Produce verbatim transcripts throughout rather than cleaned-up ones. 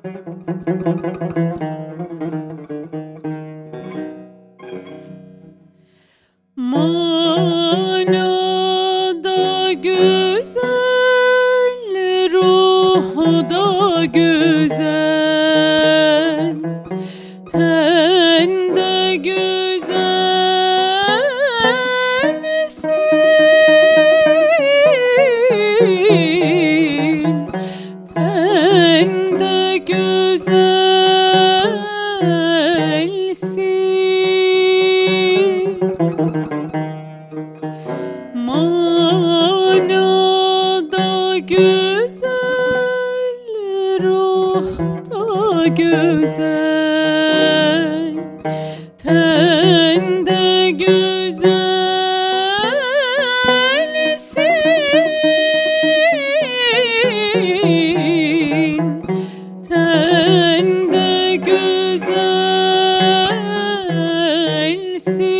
Manada güzel, ruhda güzel, tende güzelsin, tende güzelsin. Manada güzel, ruhta güzel, tende güzelsin, tende güzelsin.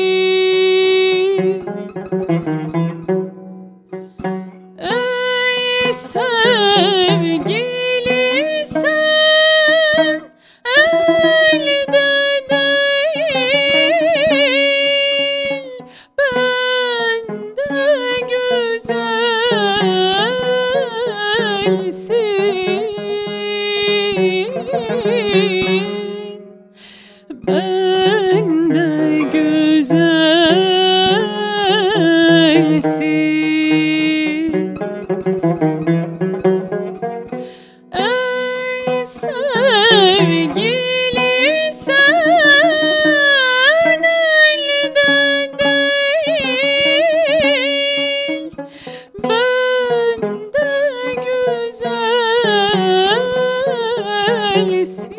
Ey sevgili sen elde değil, bende güzelsin, bende güzelsin. Ey sevgili sen elde değil, bende güzelsin,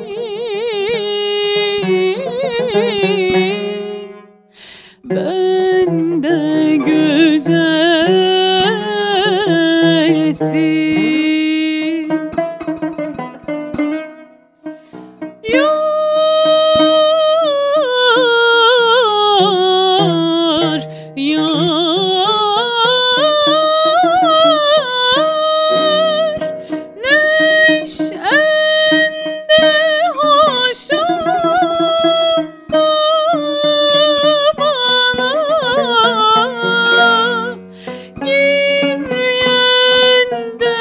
bende güzelsin. Yar, yar, neşende hoşum bana, girmeyende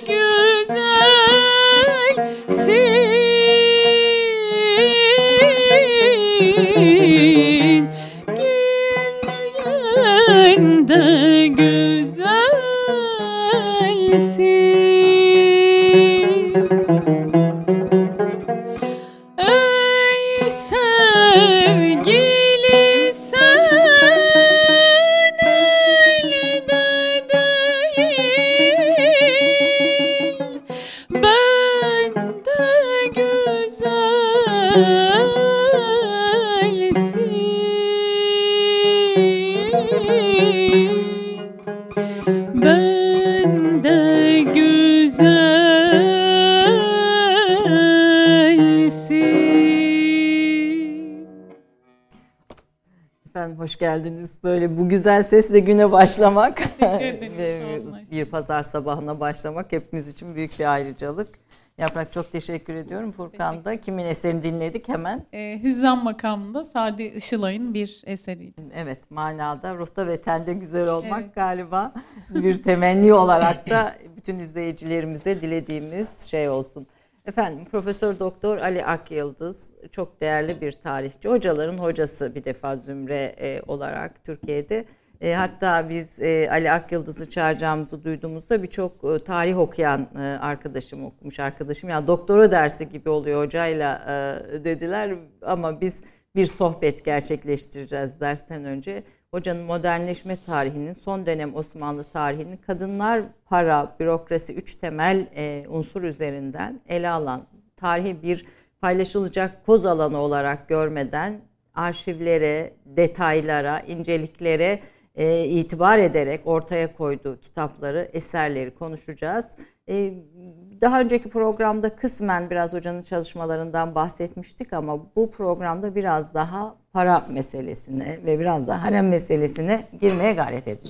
güzelsin, girmeyende güzelsin. Ey sevgili sen elde değil, bende güzelsin, bende güzelsin. Efendim hoş geldiniz. Böyle bu güzel sesle güne başlamak ederim, ve sağ olun. bir pazar sabahına başlamak hepimiz için büyük bir ayrıcalık. Yaprak çok teşekkür ediyorum. Furkan da kimin eserini dinledik hemen? E, Hüzzam makamında Sadi Işılay'ın bir eseriydi. Evet, manada ruhta ve tende güzel olmak Evet. galiba bir temenni olarak da bütün izleyicilerimize dilediğimiz şey olsun. Efendim Profesör Doktor Ali Akyıldız çok değerli bir tarihçi. Hocaların hocası bir defa Zümre e, olarak Türkiye'de. E, hatta biz e, Ali Akyıldız'ı çağıracağımızı duyduğumuzda birçok e, tarih okuyan e, arkadaşım okumuş arkadaşım. Ya doktora dersi gibi oluyor hocayla e, dediler ama biz bir sohbet gerçekleştireceğiz dersten önce. Hocanın modernleşme tarihinin, son dönem Osmanlı tarihinin kadınlar, para, bürokrasi, üç temel e, unsur üzerinden ele alan, tarihi bir paylaşılacak koz alanı olarak görmeden arşivlere, detaylara, inceliklere e, itibar ederek ortaya koyduğu kitapları, eserleri konuşacağız. E, daha önceki programda kısmen biraz hocanın çalışmalarından bahsetmiştik ama bu programda biraz daha para meselesine ve biraz da harem meselesine girmeye gayret edeceğiz.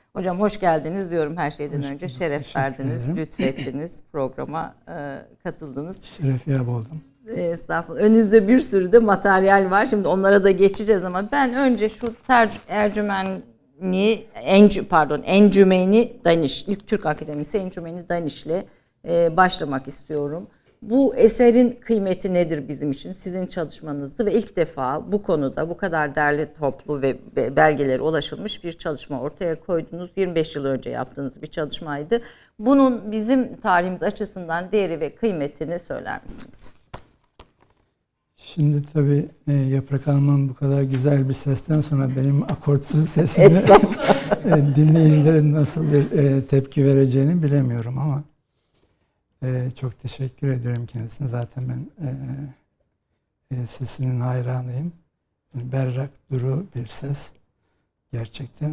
Hocam hoş geldiniz diyorum her şeyden Hoş önce. bulduk, Şeref verdiniz, ederim. lütfettiniz, programa e, katıldınız. Şeref yap oldum. E, estağfurullah. Önünüzde bir sürü de materyal var. Şimdi onlara da geçeceğiz ama ben önce şu tercih Ercümeni Encü, pardon Encümeni Daniş, ilk Türk Akademisi Encümeni Daniş'le e, başlamak istiyorum. Bu eserin kıymeti nedir bizim için? Sizin çalışmanızdı ve ilk defa bu konuda bu kadar derli toplu ve belgelere ulaşılmış bir çalışma ortaya koydunuz. yirmi beş yıl önce yaptığınız bir çalışmaydı. Bunun bizim tarihimiz açısından değeri ve kıymetini söyler misiniz? Şimdi tabii e, Yaprak Hanım'ın bu kadar güzel bir sesten sonra benim akortsuz sesime e, dinleyicilerin nasıl bir e, tepki vereceğini bilemiyorum ama e, çok teşekkür ederim kendisine. Zaten ben e, e, sesinin hayranıyım. Yani berrak, duru bir ses gerçekten.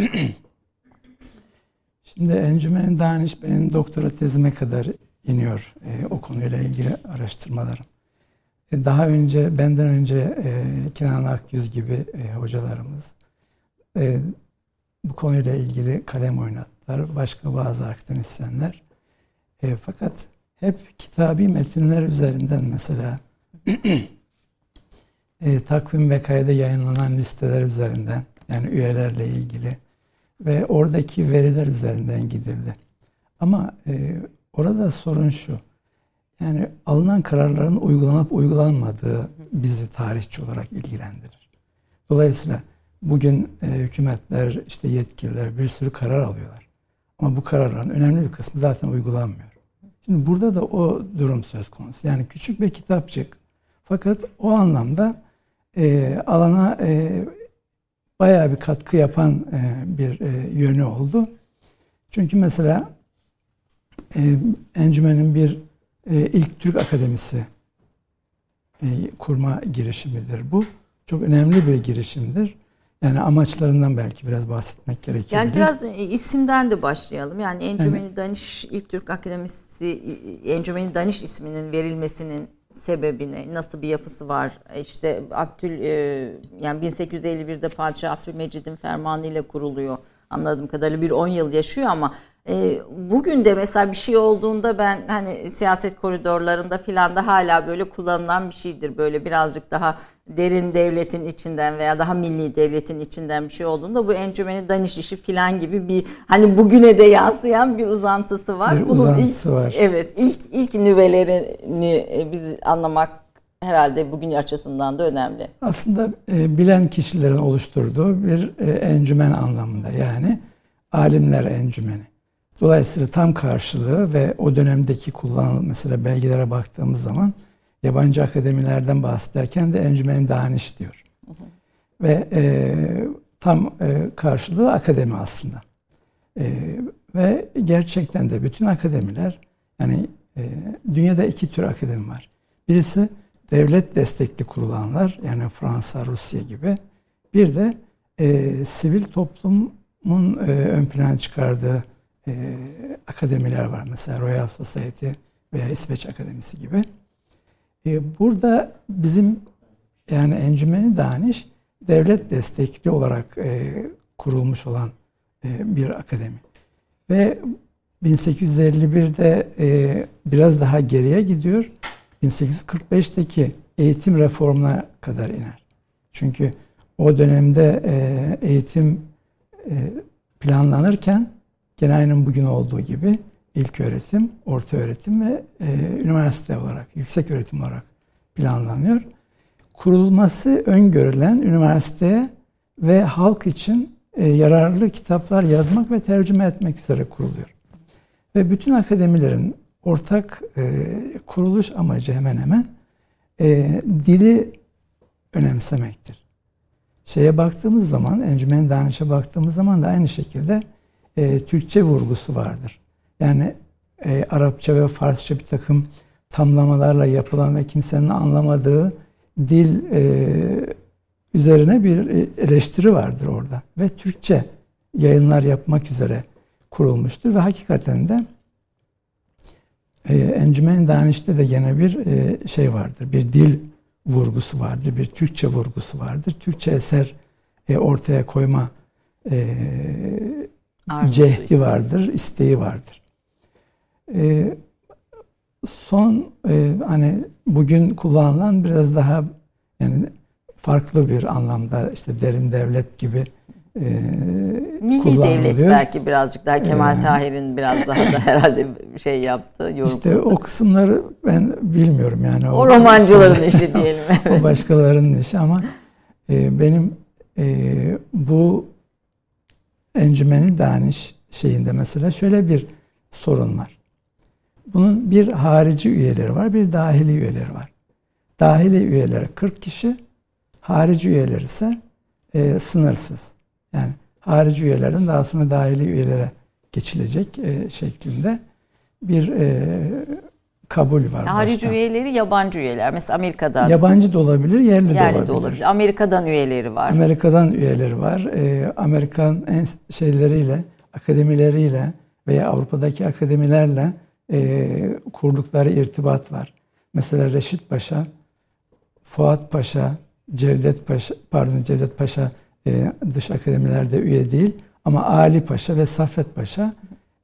Şimdi Encümeni Daniş benim doktora tezime kadar iniyor e, o konuyla ilgili araştırmalarım. Daha önce, benden önce e, Kenan Akyüz gibi e, hocalarımız e, bu konuyla ilgili kalem oynattılar. Başka bazı akademisyenler. E, fakat hep kitabi metinler üzerinden mesela e, takvim ve kayda yayınlanan listeler üzerinden, yani üyelerle ilgili ve oradaki veriler üzerinden gidildi. Ama e, orada sorun şu. Yani alınan kararların uygulanıp uygulanmadığı bizi tarihçi olarak ilgilendirir. Dolayısıyla bugün e, hükümetler, işte yetkililer bir sürü karar alıyorlar. Ama bu kararların önemli bir kısmı zaten uygulanmıyor. Şimdi burada da o durum söz konusu. Yani küçük bir kitapçık. Fakat o anlamda e, alana e, bayağı bir katkı yapan e, bir e, yönü oldu. Çünkü mesela e, Encümen'in bir e, ilk Türk Akademisi e, kurma girişimidir bu. Çok önemli bir girişimdir. Yani amaçlarından belki biraz bahsetmek gerekiyor. Yani biraz isimden de başlayalım. Yani Encümeni yani, Daniş ilk Türk Akademisi, Encümeni Daniş isminin verilmesinin sebebine, nasıl bir yapısı var? İşte Abdül yani bin sekiz yüz elli birde Padişah Abdülmecid'in fermanıyla kuruluyor. Anladığım kadarıyla bir on yıl yaşıyor ama e, bugün de mesela bir şey olduğunda ben hani siyaset koridorlarında filan da hala böyle kullanılan bir şeydir. Böyle birazcık daha derin devletin içinden veya daha milli devletin içinden bir şey olduğunda bu Encümeni Daniş işi filan gibi bir hani bugüne de yansıyan bir uzantısı var. Bir Bunun uzantısı ilk, var. Evet, ilk ilk nüvelerini biz anlamak herhalde bugün açısından da önemli. Aslında e, bilen kişilerin oluşturduğu bir e, encümen anlamında, yani alimler encümeni. Dolayısıyla tam karşılığı ve o dönemdeki kullanılan mesela belgelere baktığımız zaman yabancı akademilerden bahsederken de Encümeni Daniş diyor. Hı hı. Ve e, tam e, karşılığı akademi aslında. E, ve gerçekten de bütün akademiler, yani e, dünyada iki tür akademi var. Birisi devlet destekli kurulanlar, yani Fransa, Rusya gibi. Bir de e, sivil toplumun e, ön plana çıkardığı e, akademiler var. Mesela Royal Society veya İsveç Akademisi gibi. E, burada bizim yani Encümeni Daniş devlet destekli olarak e, kurulmuş olan e, bir akademi. Ve bin sekiz yüz elli birde e, biraz daha geriye gidiyor. bin sekiz yüz kırk beşteki eğitim reformuna kadar iner. Çünkü o dönemde e, eğitim e, planlanırken gene aynen bugün olduğu gibi ilk öğretim, orta öğretim ve e, üniversite olarak, yüksek öğretim olarak planlanıyor. Kurulması öngörülen üniversiteye ve halk için e, yararlı kitaplar yazmak ve tercüme etmek üzere kuruluyor. Ve bütün akademilerin ortak e, kuruluş amacı hemen hemen e, dili önemsemektir. Şeye baktığımız zaman, Encümeni Daniş'e baktığımız zaman da aynı şekilde e, Türkçe vurgusu vardır. Yani e, Arapça ve Farsça bir takım tamlamalarla yapılan ve kimsenin anlamadığı dil e, üzerine bir eleştiri vardır orada. Ve Türkçe yayınlar yapmak üzere kurulmuştur ve hakikaten de e, Encümeni Daniş'te de gene bir e, şey vardır, bir dil vurgusu vardır, bir Türkçe vurgusu vardır. Türkçe eser e, ortaya koyma e, Arzusu, cehdi isteği. vardır, isteği vardır. Ee, son e, hani bugün kullanılan biraz daha yani farklı bir anlamda işte derin devlet gibi e, Milli devlet belki birazcık daha Kemal ee, Tahir'in biraz daha da herhalde şey yaptı. İşte o kısımları ben bilmiyorum yani. O, o romancıların şey, işi diyelim. O başkalarının işi ama e, benim e, bu Encümeni Daniş şeyinde mesela şöyle bir sorun var. Bunun bir harici üyeleri var, bir dahili üyeleri var. Dahili üyeleri kırk kişi, harici üyeleri ise e, sınırsız. Yani harici üyelerden daha sonra dahili üyelere geçilecek e, şeklinde bir e, kabul var. Harici baştan. üyeleri yabancı üyeler. Mesela Amerika'dan. Yabancı da olabilir, yerli, yerli de olabilir. de olabilir. Amerika'dan üyeleri var. Amerika'dan üyeleri var. E, Amerikan en şeyleriyle, akademileriyle veya Avrupa'daki akademilerle e, kurdukları irtibat var. Mesela Reşit Paşa, Fuat Paşa, Cevdet Paşa, pardon Cevdet Paşa e, dış akademilerde üye değil ama Ali Paşa ve Saffet Paşa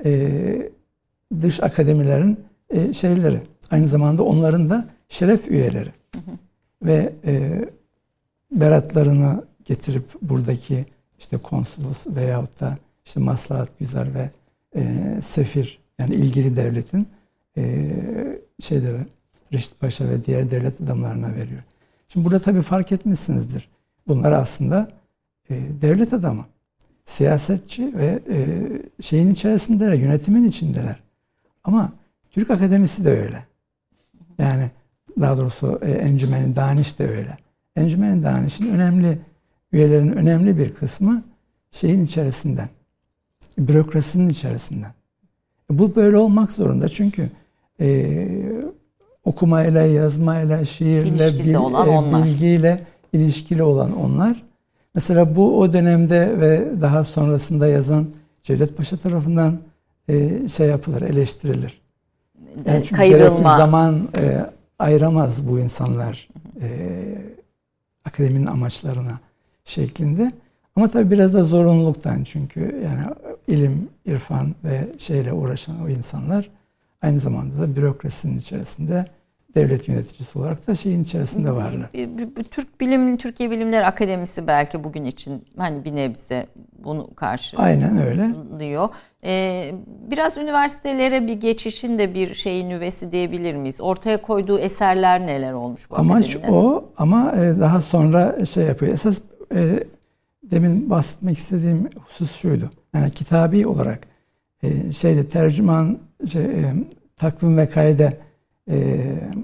e, dış akademilerin e, şeyleri. Aynı zamanda onların da şeref üyeleri. Hı hı. Ve e, beratlarını getirip buradaki işte konsolos veyahut da işte maslahatgüzar ve e, sefir yani ilgili devletin e, şeyleri Reşit Paşa ve diğer devlet adamlarına veriyor. Şimdi burada tabii fark etmişsinizdir. Bunlar aslında e, devlet adamı, siyasetçi ve e, şeyin içerisindeler, yönetimin içindeler. Ama Türk Akademisi de öyle. Yani daha doğrusu e, Encümeni Daniş de öyle. Encümeni Daniş'in önemli üyelerin önemli bir kısmı şeyin içerisinden, bürokrasinin içerisinden. Bu böyle olmak zorunda çünkü e, okumayla, yazmayla, şiirle, bil, olan e, bilgiyle ilişkili olan onlar. Mesela bu o dönemde ve daha sonrasında yazan Cevdet Paşa tarafından e, şey yapılır, eleştirilir. Yani çünkü gerekli zaman e, ayıramaz bu insanlar e, akademinin amaçlarına şeklinde. Ama tabii biraz da zorunluluktan çünkü yani ilim, irfan ve şeyle uğraşan o insanlar aynı zamanda da bürokrasinin içerisinde devlet yöneticisi olarak da şeyin içerisinde varlar. Türk Bilim, Türkiye Bilimler Akademisi belki bugün için hani bir nebze bunu karşı. Aynen öyle. Diyor. Ee, biraz üniversitelere bir geçişin de bir şeyin nüvesi diyebilir miyiz? Ortaya koyduğu eserler neler olmuş bu amaç akademinin? o ama daha sonra şey yapıyor. Esas e, demin bahsetmek istediğim husus şuydu. Yani kitabi olarak e, şeyde tercüman şey, e, takvim ve kaide e,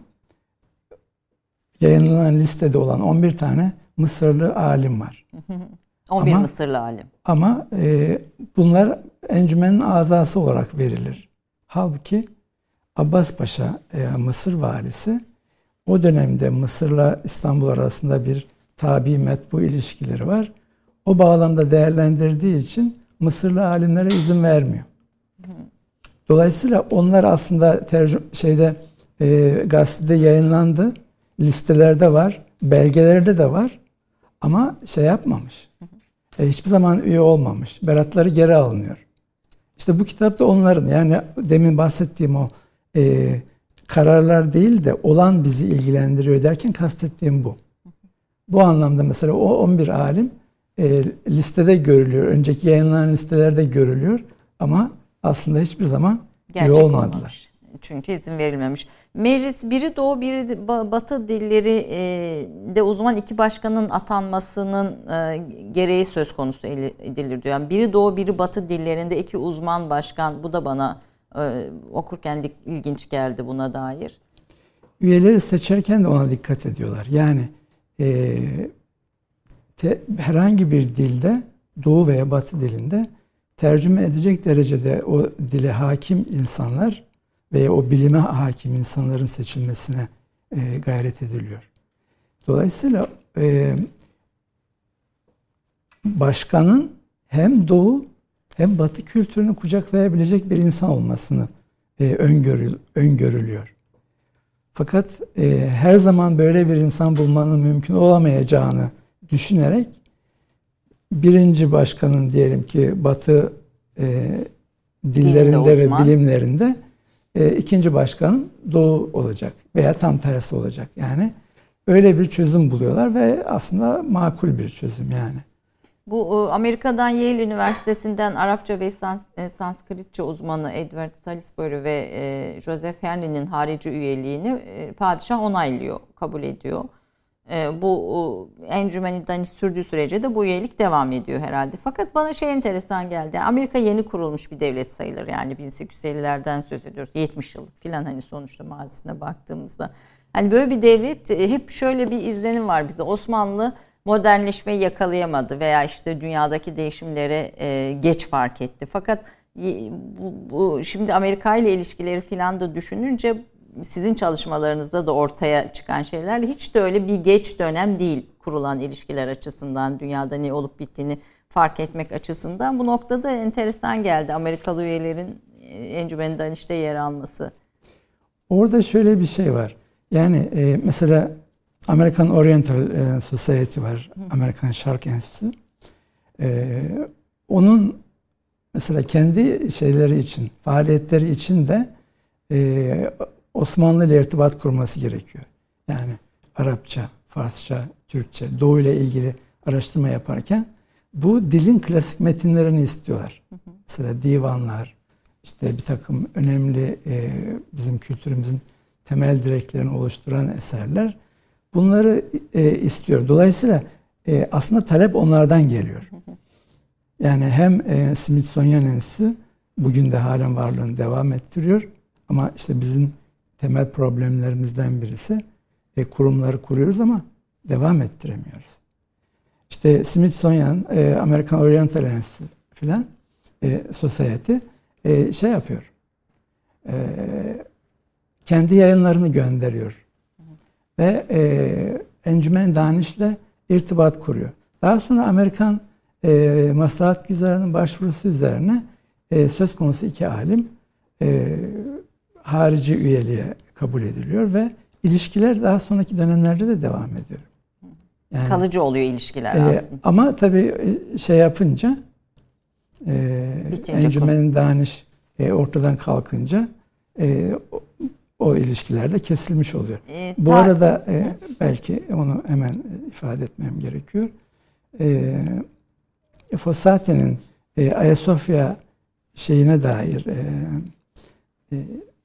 yayınlanan listede olan on bir tane Mısırlı alim var. on bir ama, Mısırlı alim. Ama e, bunlar encümenin azası olarak verilir. Halbuki Abbas Paşa e, Mısır valisi o dönemde Mısır'la İstanbul arasında bir tabi metbu ilişkileri var. O bağlamda değerlendirdiği için Mısırlı alimlere izin vermiyor. Dolayısıyla onlar aslında tercü- şeyde e, gazetede yayınlandı, listelerde var, belgelerde de var ama şey yapmamış. E, hiçbir zaman üye olmamış. Beratları geri alınıyor. İşte bu kitap da onların yani demin bahsettiğim o e, kararlar değil de olan bizi ilgilendiriyor derken kastettiğim bu. Bu anlamda mesela o on bir alim e, listede görülüyor. Önceki yayınlanan listelerde görülüyor ama aslında hiçbir zaman gerçek üye olmadılar. Olmamış. Çünkü izin verilmemiş. Meclis biri Doğu biri Batı dilleri de uzman iki başkanın atanmasının gereği söz konusu edilir diyor. Yani biri Doğu biri Batı dillerinde iki uzman başkan, bu da bana okurken ilginç geldi buna dair. Üyeleri seçerken de ona dikkat ediyorlar. Yani e, te, herhangi bir dilde Doğu veya Batı dilinde tercüme edecek derecede o dile hakim insanlar veya o bilime hakim insanların seçilmesine e, gayret ediliyor. Dolayısıyla e, başkanın hem Doğu hem Batı kültürünü kucaklayabilecek bir insan olmasını e, öngörül, öngörülüyor. Fakat e, her zaman böyle bir insan bulmanın mümkün olamayacağını düşünerek birinci başkanın diyelim ki Batı e, dillerinde ve uzman. bilimlerinde e, ikinci başkan Doğu olacak veya tam tersi olacak. Yani öyle bir çözüm buluyorlar ve aslında makul bir çözüm yani. Bu Amerika'dan Yale Üniversitesi'nden Arapça ve Sans Sanskritçe uzmanı Edward Salisbury ve Joseph Henry'nin harici üyeliğini padişah onaylıyor, kabul ediyor. Bu encümeni Daniş sürdüğü sürece de bu üyelik devam ediyor herhalde. Fakat bana şey enteresan geldi. Amerika yeni kurulmuş bir devlet sayılır. Yani bin sekiz yüz ellilerden söz ediyoruz. yetmiş yıllık falan hani sonuçta mazisine baktığımızda. Hani böyle bir devlet, hep şöyle bir izlenim var bizde. Osmanlı modernleşmeyi yakalayamadı veya işte dünyadaki değişimlere geç fark etti. Fakat bu, bu şimdi Amerika ile ilişkileri falan da düşününce sizin çalışmalarınızda da ortaya çıkan şeylerle hiç de öyle bir geç dönem değil kurulan ilişkiler açısından, dünyada ne olup bittiğini fark etmek açısından. Bu noktada enteresan geldi Amerikalı üyelerin encümeni Daniş'te yer alması. Orada şöyle bir şey var. Yani e, mesela American Oriental e, Society var, Hı. Amerikan Şark Enstitüsü. E, onun mesela kendi şeyleri için, faaliyetleri için de e, Osmanlı ile irtibat kurması gerekiyor. Yani Arapça, Farsça, Türkçe, Doğu ile ilgili araştırma yaparken bu dilin klasik metinlerini istiyorlar. Hı hı. Mesela divanlar, işte bir takım önemli e, bizim kültürümüzün temel direklerini oluşturan eserler. Bunları e, istiyor. Dolayısıyla e, aslında talep onlardan geliyor. Yani hem e, Smithsonian Enstitüsü bugün de halen varlığını devam ettiriyor. Ama işte bizim temel problemlerimizden birisi e, kurumları kuruyoruz ama devam ettiremiyoruz. İşte Smithsonian, e, American Oriental Enstitüsü filan e, Society e, şey yapıyor. E, kendi yayınlarını gönderiyor. Ve e, Encümen Daniş'le irtibat kuruyor. Daha sonra Amerikan e, Maslahat Güzarı'nın başvurusu üzerine e, söz konusu iki alim e, harici üyeliğe kabul ediliyor ve ilişkiler daha sonraki dönemlerde de devam ediyor. Yani, kalıcı oluyor ilişkiler e, aslında. Ama tabii şey yapınca e, Encümen Daniş e, ortadan kalkınca e, o, o ilişkiler de kesilmiş oluyor. E, Bu arada e, belki onu hemen ifade etmem gerekiyor. E, Fossati'nin e, Ayasofya şeyine dair e, e,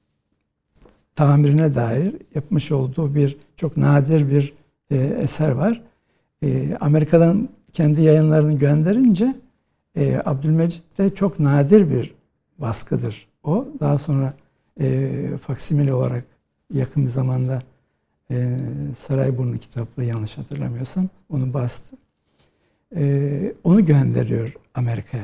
tamirine dair yapmış olduğu bir çok nadir bir e, eser var. E, Amerika'dan kendi yayınlarını gönderince e, Abdülmecit de çok nadir bir baskıdır o. Daha sonra e, faksimile olarak yakın bir zamanda e, Sarayburnu kitaplığı yanlış hatırlamıyorsam onu bastı. E, onu gönderiyor Amerika'ya.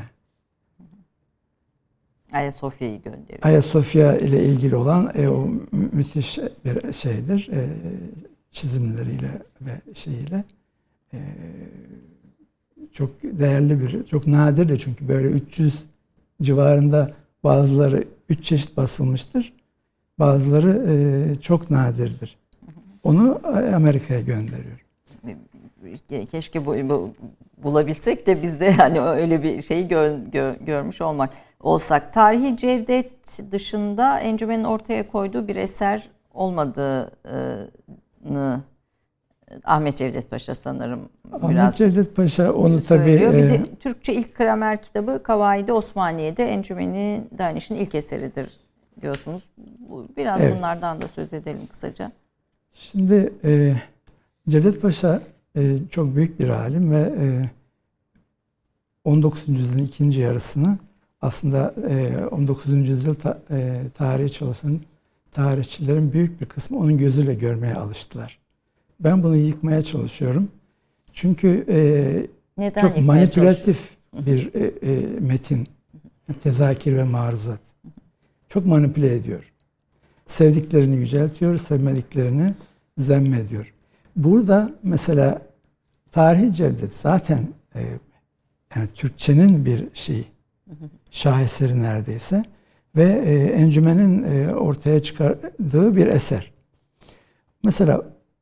Ayasofya'yı gönderiyor. Ayasofya ile ilgili olan e, o mü- müthiş bir şeydir. E, çizimleriyle ve şeyiyle. E, çok değerli bir, çok nadir de çünkü böyle üç yüz civarında bazıları üç çeşit basılmıştır. Bazıları e, çok nadirdir. Onu Amerika'ya gönderiyor. Keşke bu, bu, bulabilsek de biz de yani öyle bir şeyi gö, gö, görmüş olmak olsak. Tarihi Cevdet dışında encümenin ortaya koyduğu bir eser olmadığını Ahmet Cevdet Paşa sanırım Ahmet biraz Cevdet Paşa onu tabii bir e, de Türkçe ilk gramer kitabı Kavaid-i Osmaniye'de Encümeni Daniş'in ilk eseridir diyorsunuz. Biraz evet. Bunlardan da söz edelim kısaca. Şimdi e, Cevdet Paşa e, çok büyük bir alim ve e, on dokuzuncu yüzyılın ikinci yarısını aslında e, on dokuzuncu yüzyıl ta, e, tarihi çalışan tarihçilerin büyük bir kısmı onun gözüyle görmeye alıştılar. Ben bunu yıkmaya çalışıyorum. Çünkü e, çok manipülatif bir e, e, metin, tezakir ve maruzat. Çok manipüle ediyor. Sevdiklerini yüceltiyor, sevmediklerini zemmediyor. Burada mesela Tarihi Cevdet zaten e, yani Türkçenin bir şeyi, şaheseri neredeyse ve e, encümenin e, ortaya çıkardığı bir eser. Mesela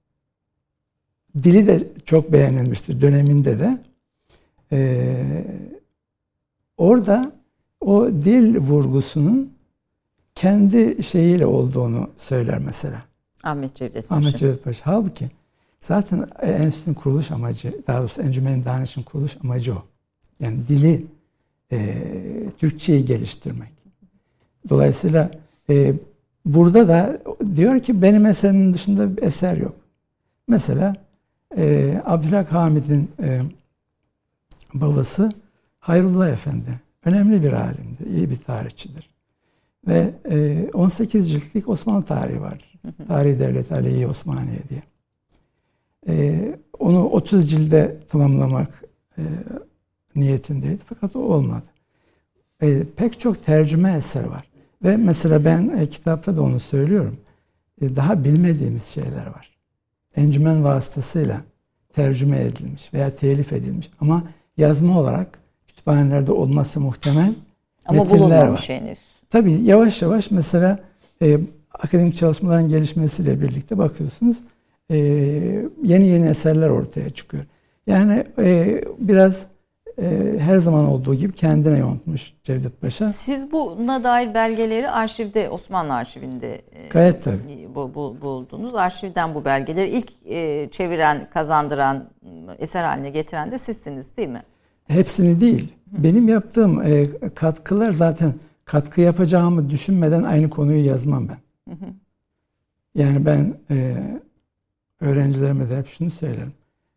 dili de çok beğenilmiştir döneminde de. Ee, orada o dil vurgusunun kendi şeyiyle olduğunu söyler mesela. Ahmet Cevdet Paşa. Ahmet Cevdet Paşa. Halbuki zaten enstitünün kuruluş amacı, daha doğrusu Encümen-i Danış'ın kuruluş amacı o. Yani dili, e, Türkçeyi geliştirmek. Dolayısıyla e, burada da diyor ki benim eserimin dışında bir eser yok. Mesela e, Abdülhak Hamid'in e, babası Hayrullah Efendi. Önemli bir alimdi, iyi bir tarihçidir. Ve e, on sekiz ciltlik Osmanlı tarihi var. Tarihi Devlet Aleyhi Osmaniye diye. E, onu otuz cilde tamamlamak e, niyetindeydi. Fakat o olmadı. E, pek çok tercüme eser var. Ve mesela ben e, kitapta da onu söylüyorum. E, daha bilmediğimiz şeyler var. Encümen vasıtasıyla tercüme edilmiş veya telif edilmiş. Ama yazma olarak kütüphanelerde olması muhtemel ama metinler bulunmamış var. henüz. Tabii yavaş yavaş mesela e, akademik çalışmaların gelişmesiyle birlikte bakıyorsunuz e, yeni yeni eserler ortaya çıkıyor. Yani e, biraz e, her zaman olduğu gibi kendine yontmuş Cevdet Paşa. Siz buna dair belgeleri arşivde, Osmanlı arşivinde e, Gayet tabii. Bu, bu, buldunuz. Arşivden bu belgeleri ilk e, çeviren, kazandıran, eser haline getiren de sizsiniz değil mi? Hepsini değil. Hı. Benim yaptığım e, katkılar zaten katkı yapacağımı düşünmeden aynı konuyu yazmam ben. Hı hı. Yani ben e, öğrencilerime de hep şunu söylerim.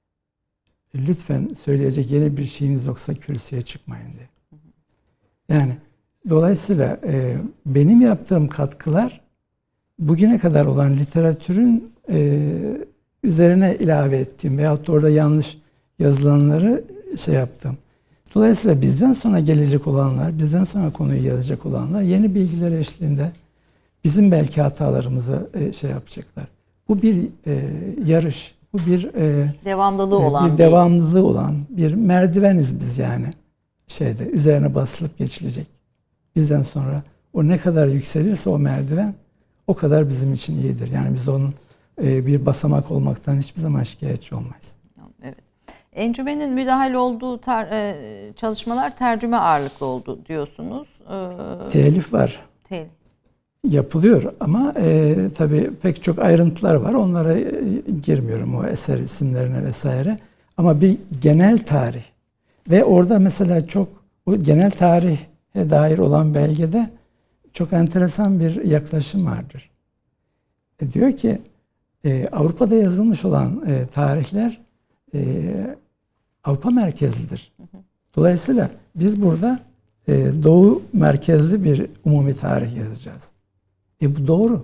Lütfen söyleyecek yeni bir şeyiniz yoksa kürsüye çıkmayın diye. Hı hı. Yani dolayısıyla e, benim yaptığım katkılar bugüne kadar olan literatürün e, üzerine ilave ettiğim veyahut da orada yanlış yazılanları şey yaptım. Dolayısıyla bizden sonra gelecek olanlar, bizden sonra konuyu yazacak olanlar yeni bilgiler eşliğinde bizim belki hatalarımızı e, şey yapacaklar. Bu bir e, yarış, bu bir e, devamlılığı olan bir bir devamlılığı olan bir merdiveniz biz yani şeyde üzerine basılıp geçilecek. Bizden sonra o ne kadar yükselirse o merdiven o kadar bizim için iyidir. Yani biz onun e, bir basamak olmaktan hiçbir zaman şikayetçi olmayız. Evet. Encümenin müdahil olduğu tar- e, çalışmalar tercüme ağırlıklı oldu diyorsunuz. Ee, Telif var. Telif. Yapılıyor ama e, tabii pek çok ayrıntılar var. Onlara e, girmiyorum o eser isimlerine vesaire. Ama bir genel tarih ve orada mesela çok o genel tarihe dair olan belgede çok enteresan bir yaklaşım vardır. E, diyor ki e, Avrupa'da yazılmış olan e, tarihler e, Avrupa merkezlidir. Dolayısıyla biz burada e, Doğu merkezli bir umumi tarih yazacağız. E bu doğru.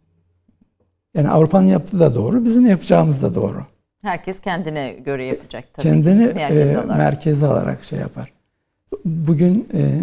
Yani Avrupa'nın yaptığı da doğru, bizim yapacağımız da doğru. Herkes kendine göre yapacak tabii. Kendini merkeze e, alarak. merkeze alarak şey yapar. Bugün e,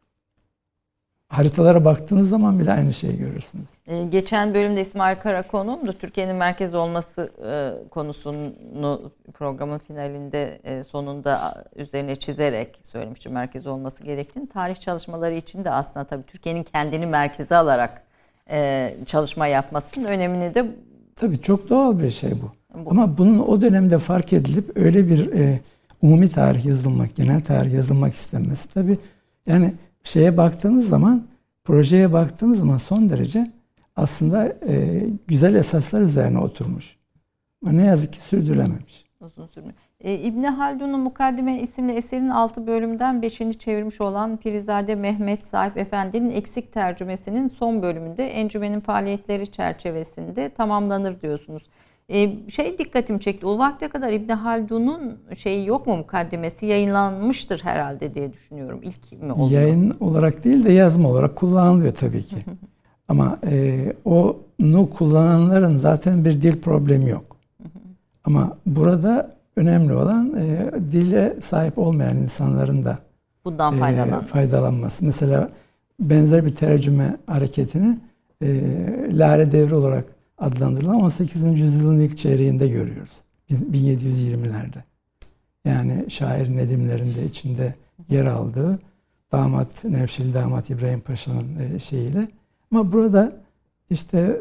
haritalara baktığınız zaman bile aynı şeyi görürsünüz. Ee, geçen bölümde İsmail Karakoğlu'nun da Türkiye'nin merkez olması e, konusunu programın finalinde e, sonunda üzerine çizerek söylemiştim merkez olması gerektiğini. Tarih çalışmaları için de aslında tabii Türkiye'nin kendini merkeze alarak e, çalışma yapmasının önemini de... Tabii çok doğal bir şey bu. bu. Ama bunun o dönemde fark edilip öyle bir e, umumi tarih yazılmak, genel tarih yazılmak istenmesi tabii yani şeye baktığınız zaman, projeye baktığınız zaman son derece aslında e, güzel esaslar üzerine oturmuş. Ama ne yazık ki sürdürülememiş. Uzun sürmüyor. E, İbni Haldun'un Mukaddime isimli eserinin altı bölümden beşini çevirmiş olan Pirizade Mehmet Sahip Efendi'nin eksik tercümesinin son bölümünde encümenin faaliyetleri çerçevesinde tamamlanır diyorsunuz. Ee, şey dikkatimi çekti. O vakte kadar İbni Haldun'un şeyi yok mu, mukaddimesi yayınlanmıştır herhalde diye düşünüyorum. İlk mi oldu? Yayın olarak değil de yazma olarak kullanılıyor tabii ki. Ama e, onu kullananların zaten bir dil problemi yok. Ama burada önemli olan e, dile sahip olmayan insanların da bundan faydalanması. E, faydalanması. Mesela benzer bir tercüme hareketini e, Lale Devri olarak adlandırılan on sekizinci yüzyılın ilk çeyreğinde görüyoruz. bin yedi yüz yirmilerde. Yani şair nedimlerinde içinde yer aldığı damat, Nevşehirli damat İbrahim Paşa'nın şeyiyle. Ama burada işte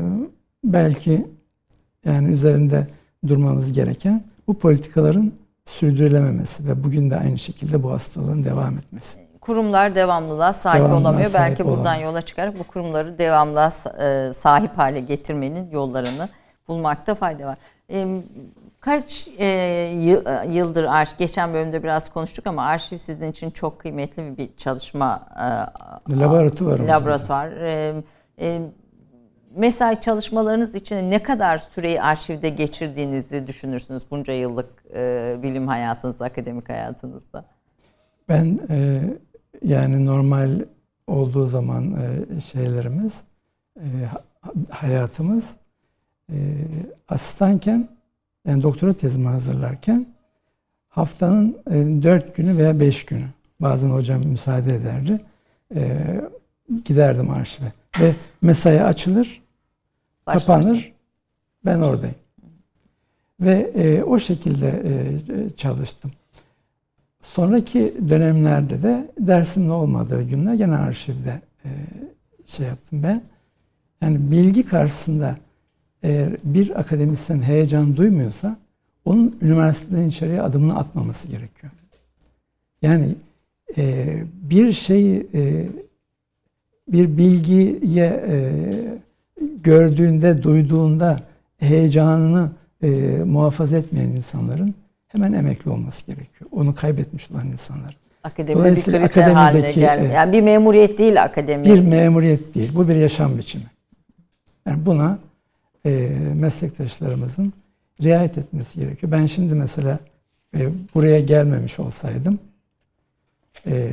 belki yani üzerinde durmamız gereken bu politikaların sürdürülememesi ve bugün de aynı şekilde bu hastalığın devam etmesi. kurumlar devamlılığa sahip Devamlılığa olamıyor. sahip Belki buradan olamıyor. yola çıkarak bu kurumları devamlılığa e, sahip hale getirmenin yollarını bulmakta fayda var. E, kaç e, yıldır arşiv, geçen bölümde biraz konuştuk ama arşiv sizin için çok kıymetli bir çalışma e, laboratuvarımız. Laboratuvar. E, e, mesai çalışmalarınız için ne kadar süreyi arşivde geçirdiğinizi düşünürsünüz bunca yıllık e, bilim hayatınızda, akademik hayatınızda? Ben e, yani normal olduğu zaman e, şeylerimiz, e, hayatımız e, asistanken, yani doktora tezimi hazırlarken haftanın e, dört günü veya beş günü, bazen hocam müsaade ederdi, e, giderdim arşive ve mesai açılır, Başlarsın. kapanır, ben oradayım. Ve e, o şekilde e, çalıştım. Sonraki dönemlerde de dersimin olmadığı günler gene arşivde e, şey yaptım ben. Yani bilgi karşısında eğer bir akademisyen heyecan duymuyorsa onun üniversiteden içeriye adımını atmaması gerekiyor. Yani e, bir şeyi e, bir bilgiye e, gördüğünde, duyduğunda heyecanını e, muhafaza etmeyen insanların hemen emekli olması gerekiyor. Onu kaybetmiş olan insanlar. Akademi bir kriter haline gelmiyor. Yani bir memuriyet değil akademi. Bir memuriyet değil. Bu bir yaşam biçimi. Yani buna e, meslektaşlarımızın riayet etmesi gerekiyor. Ben şimdi mesela e, buraya gelmemiş olsaydım e,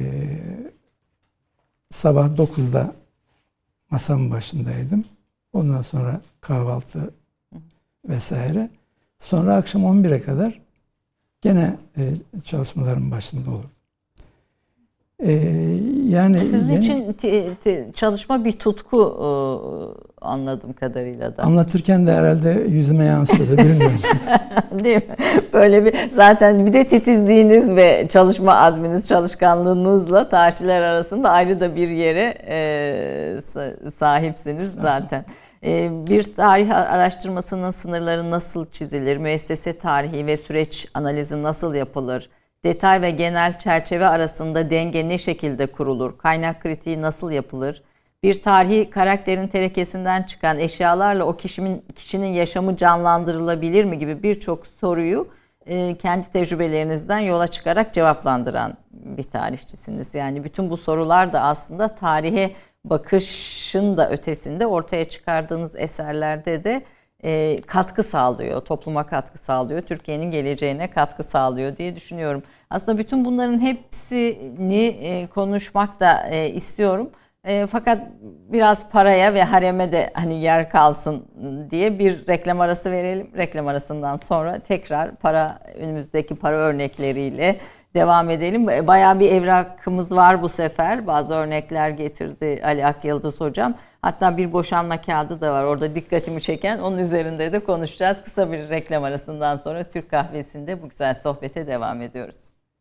sabah dokuzda masamın başındaydım. Ondan sonra kahvaltı vesaire. Sonra akşam on bire kadar gene e, çalışmaların başında olurdum. E, yani sizin yeni, için t- t- çalışma bir tutku e, anladığım kadarıyla da. Anlatırken de herhalde yüzüme yansıyordu, bilmiyorum. Değil mi? Böyle bir zaten bir de titizliğiniz ve çalışma azminiz, çalışkanlığınızla tarihçiler arasında ayrı da bir yere e, sahipsiniz zaten. E, bir tarih araştırmasının sınırları nasıl çizilir? Müessese tarihi ve süreç analizi nasıl yapılır? Detay ve genel çerçeve arasında denge ne şekilde kurulur? Kaynak kritiği nasıl yapılır? Bir tarihi karakterin terekesinden çıkan eşyalarla o kişinin, kişinin yaşamı canlandırılabilir mi gibi birçok soruyu e, kendi tecrübelerinizden yola çıkarak cevaplandıran bir tarihçisiniz. Yani bütün bu sorular da aslında tarihe bakışın da ötesinde ortaya çıkardığınız eserlerde de e, katkı sağlıyor, topluma katkı sağlıyor, Türkiye'nin geleceğine katkı sağlıyor diye düşünüyorum. Aslında bütün bunların hepsini e, konuşmak da e, istiyorum. E, fakat biraz paraya ve hareme de hani yer kalsın diye bir reklam arası verelim. Reklam arasından sonra tekrar para, önümüzdeki para örnekleriyle devam edelim. Bayağı bir evrakımız var bu sefer. Bazı örnekler getirdi Ali Akyıldız hocam. Hatta bir boşanma kağıdı da var orada dikkatimi çeken. Onun üzerinde de konuşacağız. Kısa bir reklam arasından sonra Türk Kahvesi'nde bu güzel sohbete devam ediyoruz.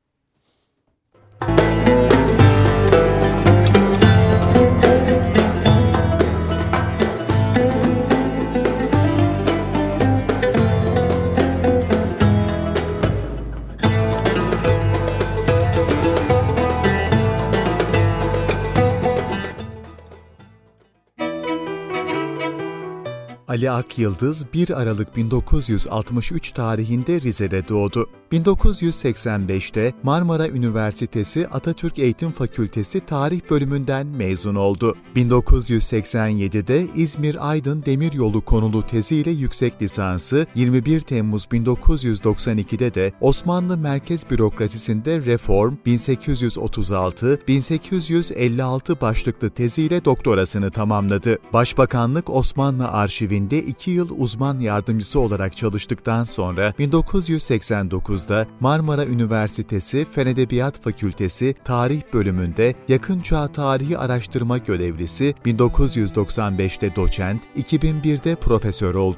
Ali Akyıldız bir Aralık bin dokuz yüz altmış üç tarihinde Rize'de doğdu. bin dokuz yüz seksen beşte Marmara Üniversitesi Atatürk Eğitim Fakültesi Tarih Bölümünden mezun oldu. bin dokuz yüz seksen yedide İzmir-Aydın Demiryolu konulu teziyle yüksek lisansı, yirmi bir Temmuz bin dokuz yüz doksan ikide de Osmanlı Merkez Bürokrasisi'nde Reform bin sekiz yüz otuz altı bin sekiz yüz elli altı başlıklı teziyle doktorasını tamamladı. Başbakanlık Osmanlı Arşivinde iki yıl uzman yardımcısı olarak çalıştıktan sonra bin dokuz yüz seksen dokuzda Marmara Üniversitesi Fen Edebiyat Fakültesi Tarih Bölümünde Yakın Çağ Tarihi Araştırma Görevlisi, bin dokuz yüz doksan beşte doçent, iki bin birde profesör oldu.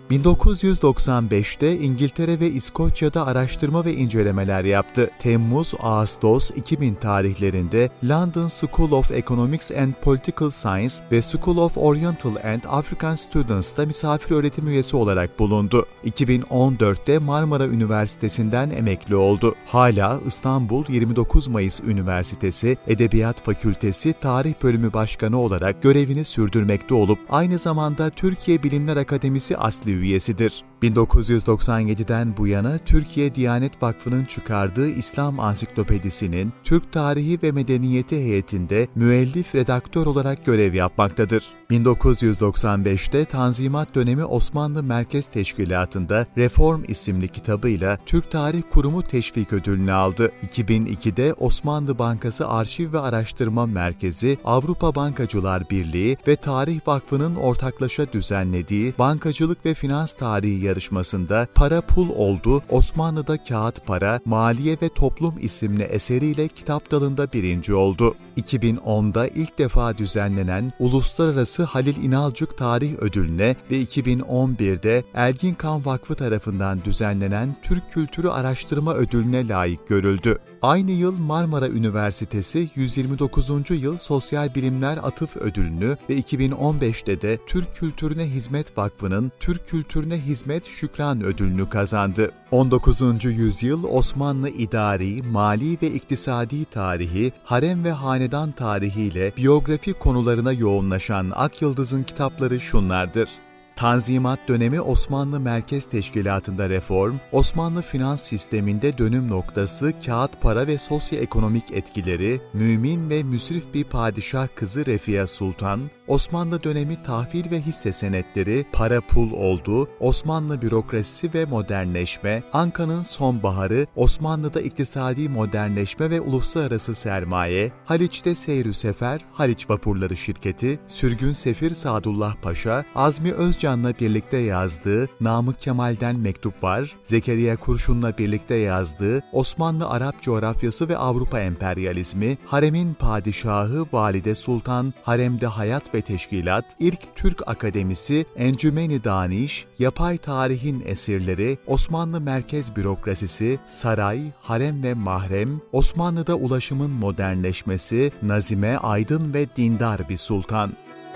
bin dokuz yüz doksan beşte İngiltere ve İskoçya'da araştırma ve incelemeler yaptı. Temmuz-Ağustos iki bin tarihlerinde London School of Economics and Political Science ve School of Oriental and African Studies'ta misafir öğretim üyesi olarak bulundu. iki bin on dörtte Marmara Üniversitesi'nden emekli oldu. Hala İstanbul yirmi dokuz Mayıs Üniversitesi Edebiyat Fakültesi Tarih Bölümü Başkanı olarak görevini sürdürmekte olup aynı zamanda Türkiye Bilimler Akademisi asli üyesidir. bin dokuz yüz doksan yediden bu yana Türkiye Diyanet Vakfı'nın çıkardığı İslam Ansiklopedisi'nin Türk Tarihi ve Medeniyeti heyetinde müellif redaktör olarak görev yapmaktadır. bin dokuz yüz doksan beşte Tanzimat dönemi Osmanlı Merkez Teşkilatı'nda Reform isimli kitabıyla Türk Tarih Kurumu Teşvik Ödülünü aldı. iki bin ikide Osmanlı Bankası Arşiv ve Araştırma Merkezi, Avrupa Bankacılar Birliği ve Tarih Vakfı'nın ortaklaşa düzenlediği Bankacılık ve Finans Tarihi yarışmasında Para Pul Oldu, Osmanlı'da Kağıt Para, Maliye ve Toplum isimli eseriyle kitap dalında birinci oldu. iki bin onda ilk defa düzenlenen Uluslararası Halil İnalcık Tarih Ödülü'ne ve iki bin on birde Erginkan Vakfı tarafından düzenlenen Türk Kültürü Araştırma Ödülü'ne layık görüldü. Aynı yıl Marmara Üniversitesi yüz yirmi dokuzuncu Yıl Sosyal Bilimler Atıf Ödülünü ve iki bin on beşte de Türk Kültürüne Hizmet Vakfı'nın Türk Kültürüne Hizmet Şükran Ödülünü kazandı. on dokuzuncu yüzyıl Osmanlı idari, mali ve iktisadi tarihi, harem ve hanedan tarihiyle biyografi konularına yoğunlaşan Akyıldız'ın kitapları şunlardır. Tanzimat dönemi Osmanlı Merkez Teşkilatı'nda reform, Osmanlı finans sisteminde dönüm noktası, kağıt para ve sosyoekonomik etkileri, mümin ve müsrif bir padişah kızı Refia Sultan, Osmanlı dönemi tahvil ve hisse senetleri, para pul oldu, Osmanlı bürokrasisi ve modernleşme, Anka'nın sonbaharı, Osmanlı'da iktisadi modernleşme ve uluslararası sermaye, Haliç'te Seyr-ü Sefer, Haliç Vapurları Şirketi, Sürgün Sefir Sadullah Paşa, Azmi Özcan'la birlikte yazdığı Namık Kemal'den mektup var, Zekeriya Kurşun'la birlikte yazdığı Osmanlı Arap coğrafyası ve Avrupa emperyalizmi, Haremin Padişahı Valide Sultan, Haremde Hayat ve Teşkilat, İlk Türk Akademisi, Encümeni Daniş, Yapay Tarihin Esirleri, Osmanlı Merkez Bürokrasisi, Saray, Harem ve Mahrem, Osmanlı'da ulaşımın modernleşmesi, Nazime Aydın ve Dindar bir Sultan.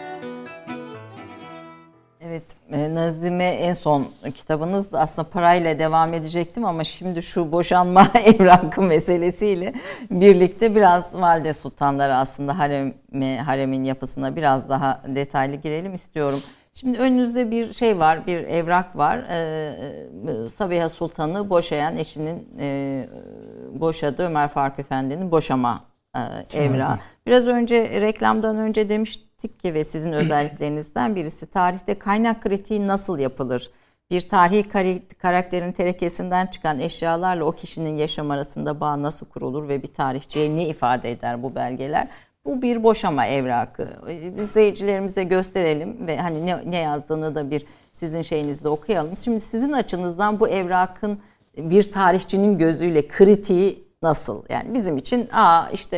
Evet, Nazime en son kitabınız aslında parayla devam edecektim ama şimdi şu boşanma evrakı meselesiyle birlikte biraz Valide Sultanları aslında haremi, haremin yapısına biraz daha detaylı girelim istiyorum. Şimdi önünüzde bir şey var, bir evrak var. Ee, Sabiha Sultan'ı boşayan eşinin e, boşadığı Ömer Faruk Efendi'nin boşama e, evrağı. Biraz önce reklamdan önce demiştik ki ve sizin özelliklerinizden birisi tarihte kaynak kritiği nasıl yapılır? Bir tarihi karakterin terekesinden çıkan eşyalarla o kişinin yaşam arasında bağ nasıl kurulur ve bir tarihçiye ne ifade eder bu belgeler? Bu bir boşama evrakı. İzleyicilerimize gösterelim ve hani ne, ne yazdığını da bir sizin şeyinizde okuyalım. Şimdi sizin açınızdan bu evrakın bir tarihçinin gözüyle kritiği nasıl? Yani bizim için aa işte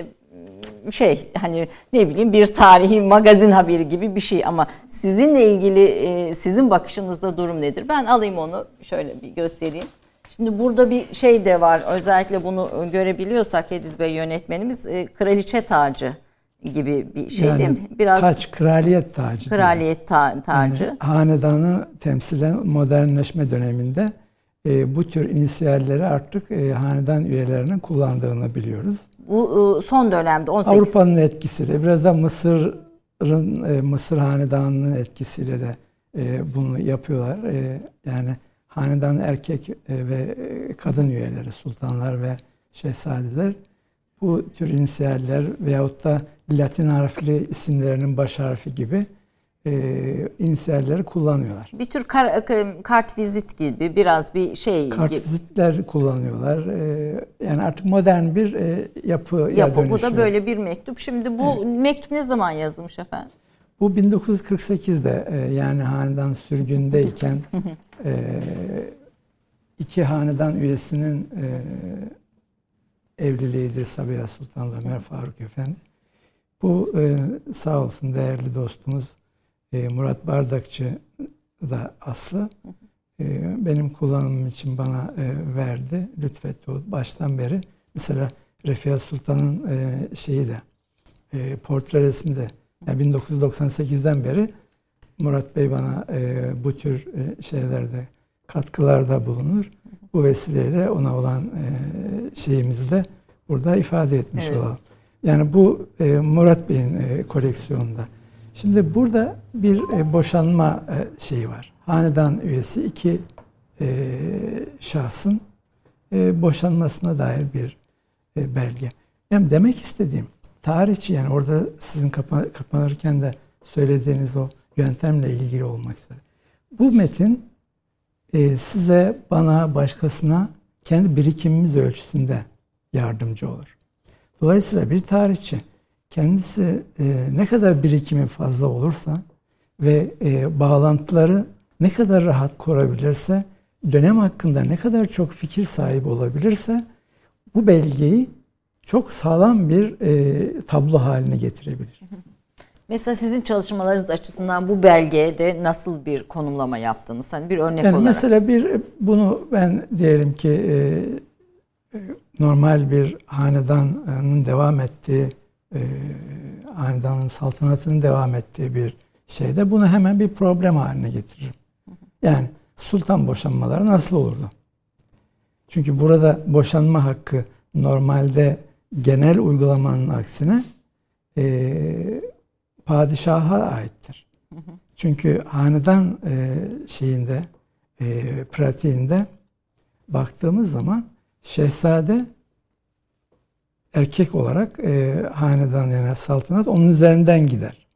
şey hani ne bileyim bir tarihi magazin haberi gibi bir şey ama sizinle ilgili sizin bakışınızda durum nedir? Ben alayım onu şöyle bir göstereyim. Şimdi burada bir şey de var. Özellikle bunu görebiliyorsak Ediz Bey yönetmenimiz kraliçe tacı gibi bir şey yani, değil mi? Biraz taç, kraliyet tacı. Kraliyet ta- tacı. Yani hanedanı temsilen modernleşme döneminde e, bu tür inisiyalleri artık e, hanedan üyelerinin kullandığını biliyoruz. Bu e, son dönemde on sekiz Avrupa'nın etkisiyle biraz da Mısır'ın e, Mısır hanedanının etkisiyle de e, bunu yapıyorlar. E, yani hanedan erkek e, ve kadın üyeleri, sultanlar ve şehzadeler bu tür inisiyaller veyahut da Latin harfli isimlerinin baş harfi gibi e, inisiyalleri kullanıyorlar. Bir tür kar, kart vizit gibi biraz bir şey kart gibi. vizitler kullanıyorlar. E, yani artık modern bir e, yapıya Yapı. dönüşüyor. Bu da böyle bir mektup. Şimdi bu evet. mektup ne zaman yazılmış efendim? Bu bin dokuz yüz kırk sekizde e, yani hanedan sürgündeyken e, iki hanedan üyesinin e, evliliğidir Sabiha Sultan ve Ömer Faruk Efendi. Bu e, sağ olsun değerli dostumuz e, Murat Bardakçı da aslı. benim kullanımım için bana verdi, lütfetti o baştan beri. Mesela Refia Sultan'ın şeyi de, portre resmi de, yani bin dokuz yüz doksan sekizden beri Murat Bey bana bu tür şeylerde, katkılarda bulunur. Bu vesileyle ona olan şeyimizi de burada ifade etmiş evet. olalım. Yani bu Murat Bey'in koleksiyonunda. Şimdi burada bir boşanma şeyi var. Hanedan üyesi iki şahsın boşanmasına dair bir belge. Yani demek istediğim tarihçi, yani orada sizin kapanırken de söylediğiniz o yöntemle ilgili olmak üzere. Bu metin size, bana, başkasına kendi birikimimiz ölçüsünde yardımcı olur. Dolayısıyla bir tarihçi kendisi ne kadar birikimi fazla olursa ve bağlantıları ne kadar rahat kurabilirse, dönem hakkında ne kadar çok fikir sahibi olabilirse bu belgeyi çok sağlam bir e, tablo haline getirebilir. Mesela sizin çalışmalarınız açısından bu belgede nasıl bir konumlama yaptınız? Hani bir örnek yani olarak. Mesela bir bunu ben diyelim ki e, normal bir hanedanın devam ettiği, e, hanedanın saltanatının devam ettiği bir şeyde bunu hemen bir problem haline getiririm. Yani sultan boşanmaları nasıl olurdu? Çünkü burada boşanma hakkı normalde genel uygulamanın aksine e, padişaha aittir. Çünkü hanedan e, şeyinde, e, pratiğinde baktığımız zaman şehzade erkek olarak e, hanedan, yani saltanat onun üzerinden gider.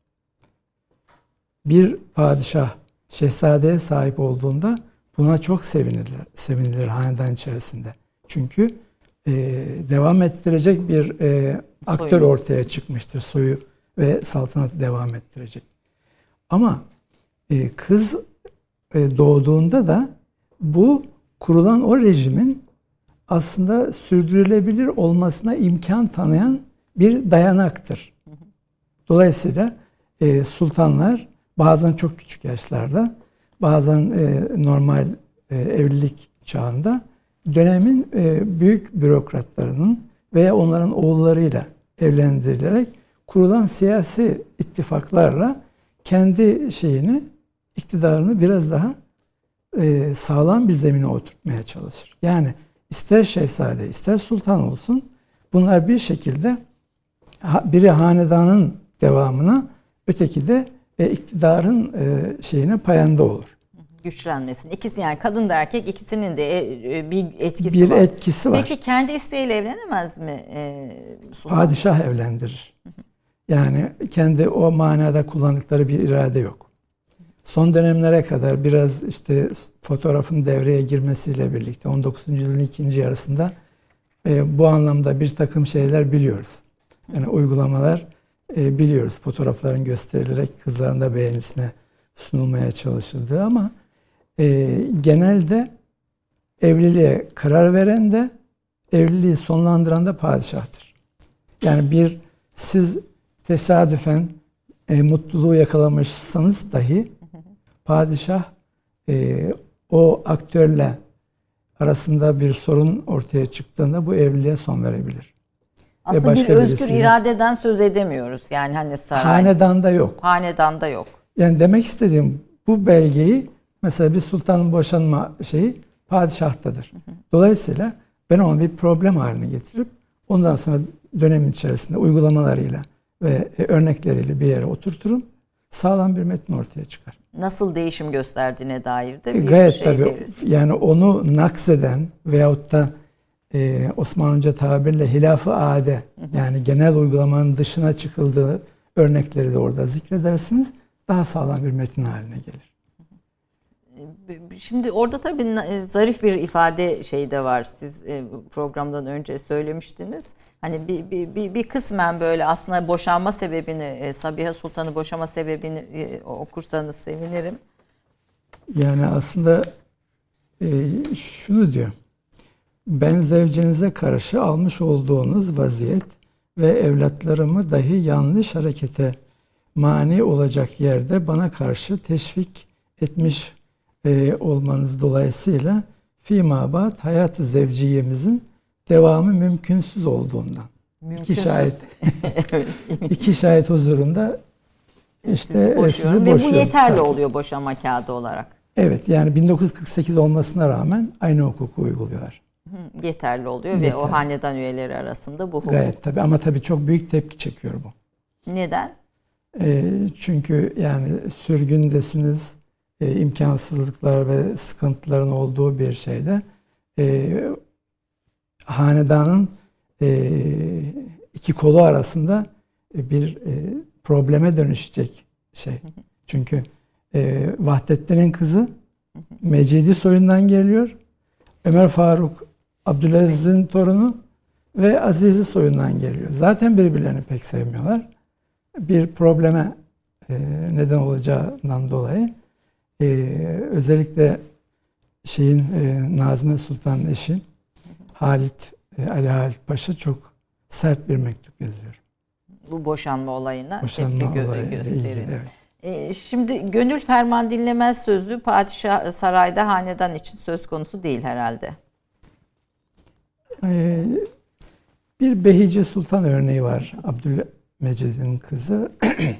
Bir padişah şehzadeye sahip olduğunda buna çok sevinilir, sevinilir hanedan içerisinde. Çünkü e, devam ettirecek bir e, aktör Soyu. ortaya çıkmıştır. Soyu ve saltanatı devam ettirecek. Ama e, kız e, doğduğunda da bu kurulan o rejimin aslında sürdürülebilir olmasına imkan tanıyan bir dayanaktır. Dolayısıyla e, sultanlar bazen çok küçük yaşlarda, bazen e, normal e, evlilik çağında dönemin e, büyük bürokratlarının veya onların oğullarıyla evlendirilerek kurulan siyasi ittifaklarla kendi şeyini, iktidarını biraz daha e, sağlam bir zemine oturtmaya çalışır. Yani ister şehzade, ister sultan olsun, bunlar bir şekilde biri hanedanın devamına, öteki de e, iktidarın e, şeyine payanda olur. Güçlenmesini. İkisi, yani kadın da erkek, ikisinin de e, bir etkisi bir var. Bir etkisi var. Peki kendi isteğiyle evlenemez mi e, sultan? Padişah evlendirir. Yani kendi o manada kullandıkları bir irade yok. Son dönemlere kadar biraz işte fotoğrafın devreye girmesiyle birlikte on dokuzuncu yüzyılın ikinci yarısında e, bu anlamda bir takım şeyler biliyoruz. Yani uygulamalar e, biliyoruz. Fotoğrafların gösterilerek kızların da beğenisine sunulmaya çalışıldığı, ama e, genelde evliliğe karar veren de, evliliği sonlandıran da padişahtır. Yani bir siz tesadüfen e, mutluluğu yakalamışsanız dahi padişah e, o aktörle arasında bir sorun ortaya çıktığında bu evliliğe son verebilir. Aslında başka bir özgür birisine, iradeden söz edemiyoruz. Yani hani saray. Hanedanda yok. Hanedanda yok. Yani demek istediğim, bu belgeyi mesela bir sultanın boşanma şeyi padişahtadır. Dolayısıyla ben onu bir problem haline getirip ondan sonra dönemin içerisinde uygulamalarıyla ve örnekleriyle bir yere oturturum. Sağlam bir metin ortaya çıkar. Nasıl değişim gösterdiğine dair de bir Gayet şey tabii. verirsiniz. Yani onu nakseden veyahut da e, Osmanlıca tabirle hilaf-ı ade, hı hı. yani genel uygulamanın dışına çıkıldığı örnekleri de orada zikredersiniz. Daha sağlam bir metin haline gelir. Şimdi orada tabii zarif bir ifade şey de var. Siz programdan önce söylemiştiniz. Hani bir, bir, bir, bir kısmen böyle aslında boşanma sebebini, Sabiha Sultan'ı boşanma sebebini okursanız sevinirim. Yani aslında e, şunu diyor. Ben zevcinize karşı almış olduğunuz vaziyet ve evlatlarımı dahi yanlış harekete mani olacak yerde bana karşı teşvik etmiş e, olmanız dolayısıyla fimabat hayat-ı zevciyemizin devamı mümkünsüz olduğundan. Mümkünsüz. İki şahit iki şahit huzurunda işte sizi sizi boşuyorum. Ve bu boşuyorum. yeterli Tabii. oluyor boşanma kağıdı olarak. Evet, yani bin dokuz yüz kırk sekiz olmasına rağmen aynı hukuku uyguluyorlar. Hı, yeterli oluyor Yeterli. ve o hanedan üyeleri arasında bu hukuk. Gayet tabii, ama tabii çok büyük tepki çekiyor bu. Neden? E, çünkü yani sürgündesiniz, e, imkansızlıklar ve sıkıntıların olduğu bir şeyde e, hanedanın e, iki kolu arasında bir e, probleme dönüşecek şey. Çünkü e, Vahdettin'in kızı Mecidi soyundan geliyor. Ömer Faruk Abdülaziz'in torunu ve Azizi soyundan geliyor. Zaten birbirlerini pek sevmiyorlar. Bir probleme e, neden olacağından dolayı e, özellikle şeyin e, Nazmi Sultan'ın eşi Halit e, Ali Halit Paşa çok sert bir mektup yazıyor. Bu boşanma olayına Boşanma tepki gö- olayıyla gösteriyor. ilgili, evet. Ee, şimdi gönül ferman dinlemez sözü padişah sarayda hanedan için söz konusu değil herhalde. Ee, bir Behice Sultan örneği var. Abdülmecid'in kızı.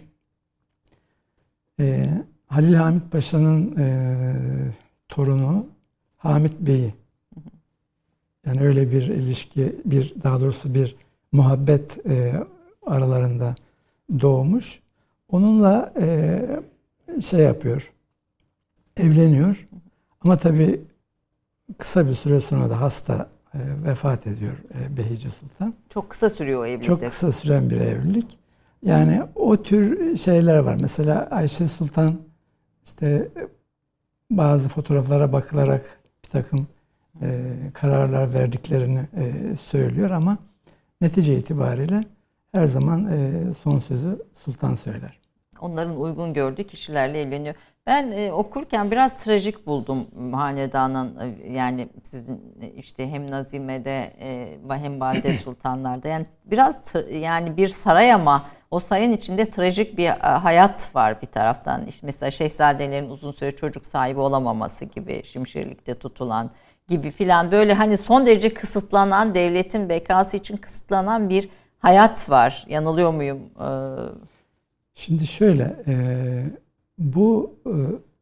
ee, Halil Hamit Paşa'nın e, torunu Hamit Bey'i. Yani öyle bir ilişki, bir daha doğrusu bir muhabbet e, aralarında doğmuş. Onunla e, şey yapıyor, evleniyor. Ama tabii kısa bir süre sonra da hasta e, vefat ediyor e, Behice Sultan. Çok kısa sürüyor o evlilik. Çok kısa süren bir evlilik. Yani o tür şeyler var. Mesela Ayşe Sultan işte bazı fotoğraflara bakılarak bir takım e, kararlar verdiklerini e, söylüyor ama netice itibariyle her zaman e, son sözü sultan söyler. Onların uygun gördüğü kişilerle evleniyor. Ben e, okurken biraz trajik buldum hanedanın, e, yani sizin işte hem Nazime'de e, hem Valide Sultanlar'da, yani biraz tra- yani bir saray ama o sarayın içinde trajik bir e, hayat var bir taraftan. İşte mesela şehzadelerin uzun süre çocuk sahibi olamaması gibi, şimşirlikte tutulan gibi filan, böyle hani son derece kısıtlanan, devletin bekası için kısıtlanan bir hayat var. Yanılıyor muyum? Ee, Şimdi şöyle, e, bu e,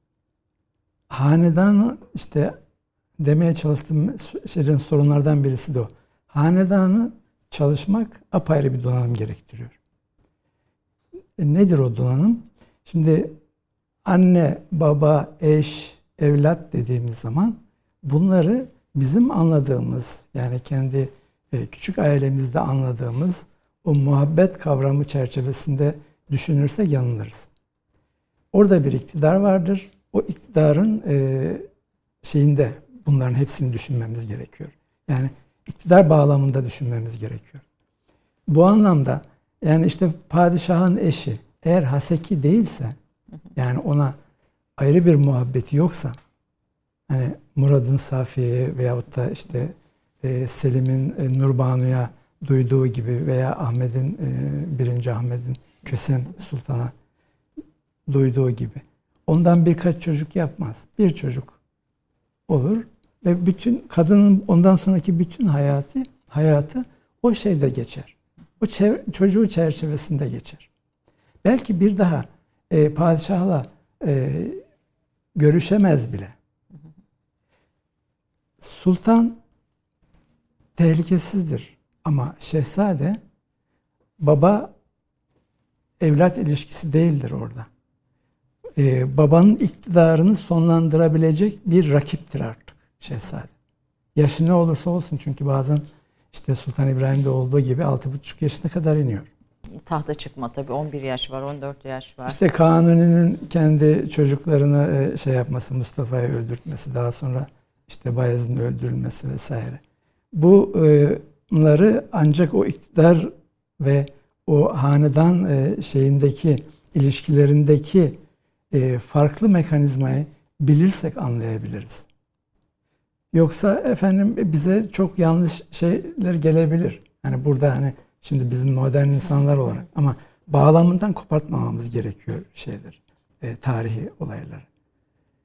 hanedanı işte demeye çalıştığım şeylerin sorunlardan birisi de o. Hanedanı çalışmak apayrı bir donanım gerektiriyor. E, nedir o donanım? Şimdi anne, baba, eş, evlat dediğimiz zaman bunları bizim anladığımız, yani kendi e, küçük ailemizde anladığımız o muhabbet kavramı çerçevesinde düşünürsek yanılırız. Orada bir iktidar vardır. O iktidarın e, şeyinde bunların hepsini düşünmemiz gerekiyor. Yani iktidar bağlamında düşünmemiz gerekiyor. Bu anlamda yani işte padişahın eşi eğer haseki değilse, yani ona ayrı bir muhabbeti yoksa, hani Murad'ın Safiye'ye veyahut da işte e, Selim'in e, Nurbanu'ya duyduğu gibi veya Ahmet'in e, birinci Ahmet'in Kösem Sultan'a duyduğu gibi ondan birkaç çocuk yapmaz. Bir çocuk olur ve bütün kadının ondan sonraki bütün hayatı hayatı o şeyde geçer. O çev- çocuğu çerçevesinde geçer. Belki bir daha e, padişahla e, görüşemez bile. Sultan tehlikesizdir ama şehzade baba evlat ilişkisi değildir orada. Ee, babanın iktidarını sonlandırabilecek bir rakiptir artık şehzade. Yaşı ne olursa olsun, çünkü bazen işte Sultan İbrahim'de olduğu gibi altı buçuk yaşına kadar iniyor. Tahta çıkma tabii, on bir yaş var, on dört yaş var. İşte Kanuni'nin kendi çocuklarını şey yapması, Mustafa'yı öldürtmesi, daha sonra işte Bayezid'in öldürülmesi vesaire. Bunları ancak o iktidar ve o hanedan şeyindeki ilişkilerindeki farklı mekanizmayı bilirsek anlayabiliriz. Yoksa efendim bize çok yanlış şeyler gelebilir. Yani burada hani şimdi bizim modern insanlar olarak, ama bağlamından kopartmamamız gerekiyor şeyler, e, tarihi olayları.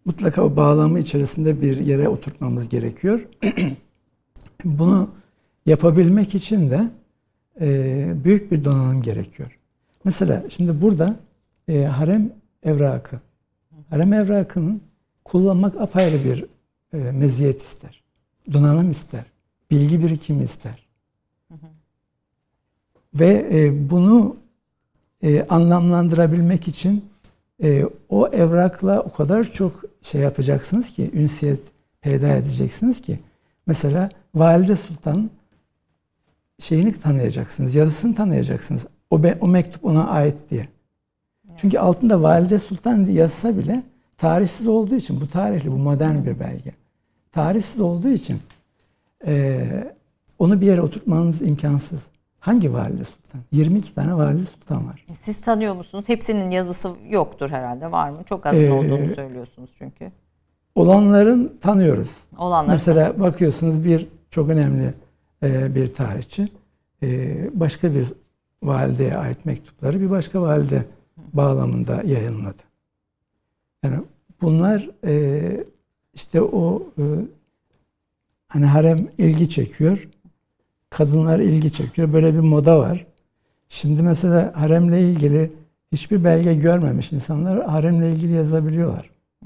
mutlaka o bağlamı içerisinde bir yere oturtmamız gerekiyor. Bunu yapabilmek için de e, büyük bir donanım gerekiyor. Mesela şimdi burada e, harem evrakı. Harem evrakının kullanmak apayrı bir e, meziyet ister. Donanım ister. Bilgi birikimi ister. Hı hı. Ve e, bunu e, anlamlandırabilmek için e, o evrakla o kadar çok şey yapacaksınız ki, ünsiyet peyda edeceksiniz ki. Mesela Valide Sultan şeyini tanıyacaksınız, yazısını tanıyacaksınız. O, be, o mektup ona ait diye. Çünkü altında Valide Sultan diye yazsa bile tarihsiz olduğu için, bu tarihli, bu modern bir belge. Tarihsiz olduğu için e, onu bir yere oturtmanız imkansız. Hangi Valide Sultan? yirmi iki tane Valide Sultan var. Siz tanıyor musunuz? Hepsinin yazısı yoktur herhalde. Var mı? Çok az ee, olduğunu söylüyorsunuz çünkü. Olanların tanıyoruz. Olanları Mesela tanıyor. Bakıyorsunuz bir çok önemli e, bir tarihçi e, başka bir valideye ait mektupları bir başka valide bağlamında yayınladı. Yani bunlar e, işte o e, hani harem ilgi çekiyor. Kadınlar ilgi çekiyor. Böyle bir moda var. Şimdi mesela haremle ilgili hiçbir belge görmemiş insanlar haremle ilgili yazabiliyorlar.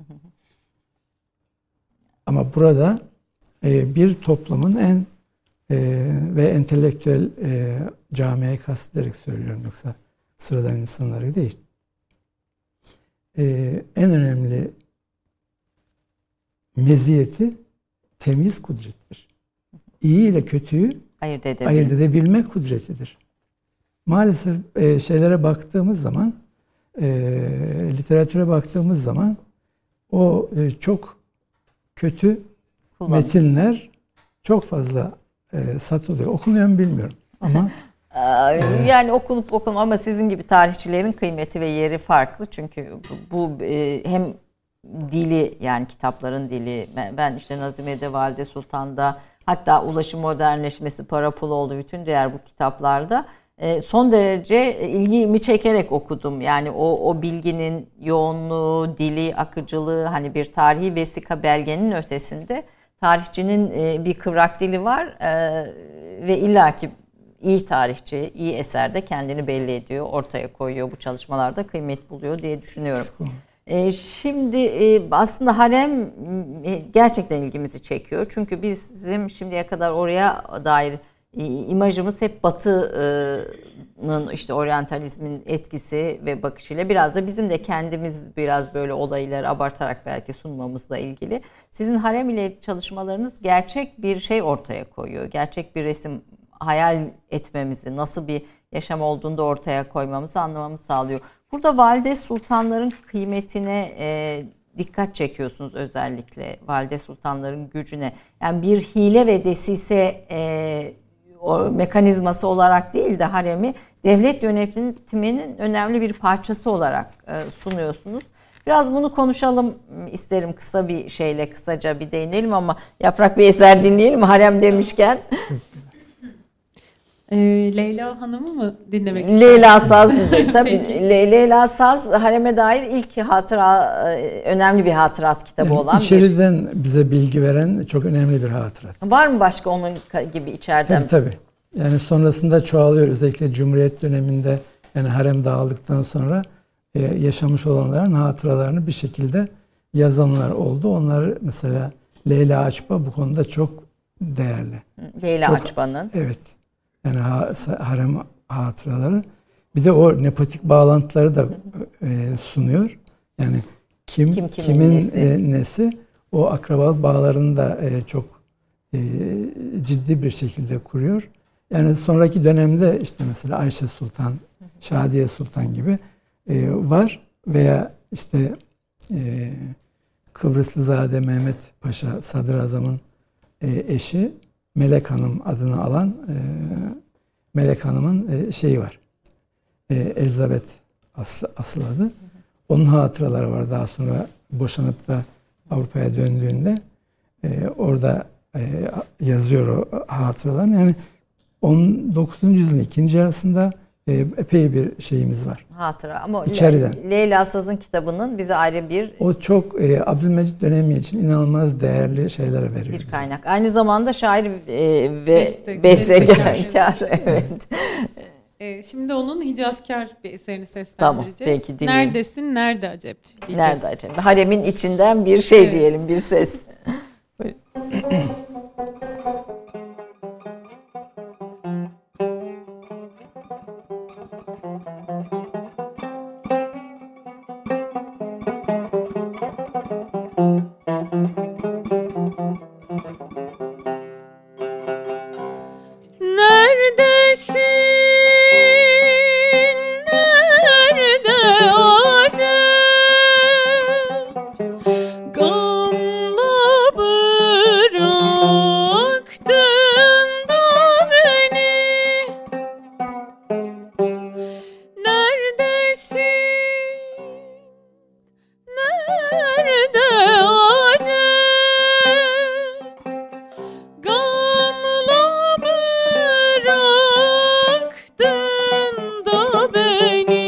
Ama burada e, bir toplumun en e, ve entelektüel e, camiayı kastederek söylüyorum, yoksa sıradan insanları değil. E, en önemli meziyeti temyiz kudrettir. İyi ile kötüyü ayırt edebilmek, ayırt edebilmek kudretidir. Maalesef e, şeylere baktığımız zaman, e, literatüre baktığımız zaman o e, çok kötü kullanım. Metinler çok fazla e, satılıyor. Okunuyor mu bilmiyorum ama yani okunup okunma ama sizin gibi tarihçilerin kıymeti ve yeri farklı. Çünkü bu, bu e, hem dili, yani kitapların dili, ben, ben işte Nazime'de, Valide Sultan'da, hatta Ulaşım Modernleşmesi, Para Pul oldu, bütün diğer bu kitaplarda e, son derece ilgimi çekerek okudum. Yani o, o bilginin yoğunluğu, dili, akıcılığı, hani bir tarihi vesika belgenin ötesinde tarihçinin e, bir kıvrak dili var e, ve illaki iyi tarihçi, iyi eserde kendini belli ediyor, ortaya koyuyor, bu çalışmalarda kıymet buluyor diye düşünüyorum. E, şimdi e, aslında harem e, gerçekten ilgimizi çekiyor. Çünkü bizim şimdiye kadar oraya dair e, imajımız hep Batı'nın, işte oryantalizmin etkisi ve bakışıyla, biraz da bizim de kendimiz biraz böyle olayları abartarak belki sunmamızla ilgili. Sizin harem ile çalışmalarınız gerçek bir şey ortaya koyuyor. Gerçek bir resim hayal etmemizi, nasıl bir yaşam olduğunu da ortaya koymamızı, anlamamızı sağlıyor. Burada Valide Sultanların kıymetine e, dikkat çekiyorsunuz, özellikle Valide Sultanların gücüne. Yani bir hile ve desise e, o mekanizması olarak değil de haremi devlet yönetiminin önemli bir parçası olarak e, sunuyorsunuz. Biraz bunu konuşalım isterim, kısa bir şeyle, kısaca bir değinelim ama Yaprak bir eser dinleyelim harem demişken. E, Leyla Hanım'ı mı dinlemek istiyorsunuz? Leyla Saz. Tabii Le- Leyla Saz hareme dair ilk hatıra, önemli bir hatırat kitabı yani olan. İçeriden bir... bize bilgi veren çok önemli bir hatırat. Var mı başka onun gibi içeriden? Tabii tabii. Yani sonrasında çoğalıyor. Özellikle Cumhuriyet döneminde, yani harem dağıldıktan sonra e, yaşamış olanların hatıralarını bir şekilde yazanlar oldu. Onları mesela Leyla Açba bu konuda çok değerli. Leyla çok, Açba'nın. Evet. Yani ha, harem hatıraları. Bir de o nepotik bağlantıları da e, sunuyor. Yani kim, kim kimin nesi? E, nesi o akrabalık bağlarını da e, çok e, ciddi bir şekilde kuruyor. Yani sonraki dönemde işte mesela Ayşe Sultan, Şadiye Sultan gibi e, var veya işte e, Kıbrıslızade Mehmet Paşa Sadrazam'ın e, eşi Melek Hanım adını alan e, Melek Hanım'ın e, şeyi var. E, Elizabeth aslı, asıl adı. Onun hatıraları var. Daha sonra boşanıp da Avrupa'ya döndüğünde e, orada e, yazıyor o hatıralarını. Yani on dokuzuncu yüzyılın ikinci yarısında e, epey bir şeyimiz var. Hatıra. Ama İçeriden. Le- Leyla Saz'ın kitabının bize ayrı bir O çok e, Abdülmecit dönemi için inanılmaz değerli şeyler veriyor bir bize. kaynak. Aynı zamanda şair e, ve Beste- bestekar. bestekar. Evet. Ee, şimdi onun Hicazkar bir eserini Tamam, seslendireceğiz. peki dinleyelim. Neredesin, nerede acep diyeceğiz. Nerede acaba? Haremin içinden bir şey Evet. diyelim, bir ses. Neredesin, nerede acep, gamla bıraktın da beni. Neredesin, nerede acep, gamla bıraktın da beni.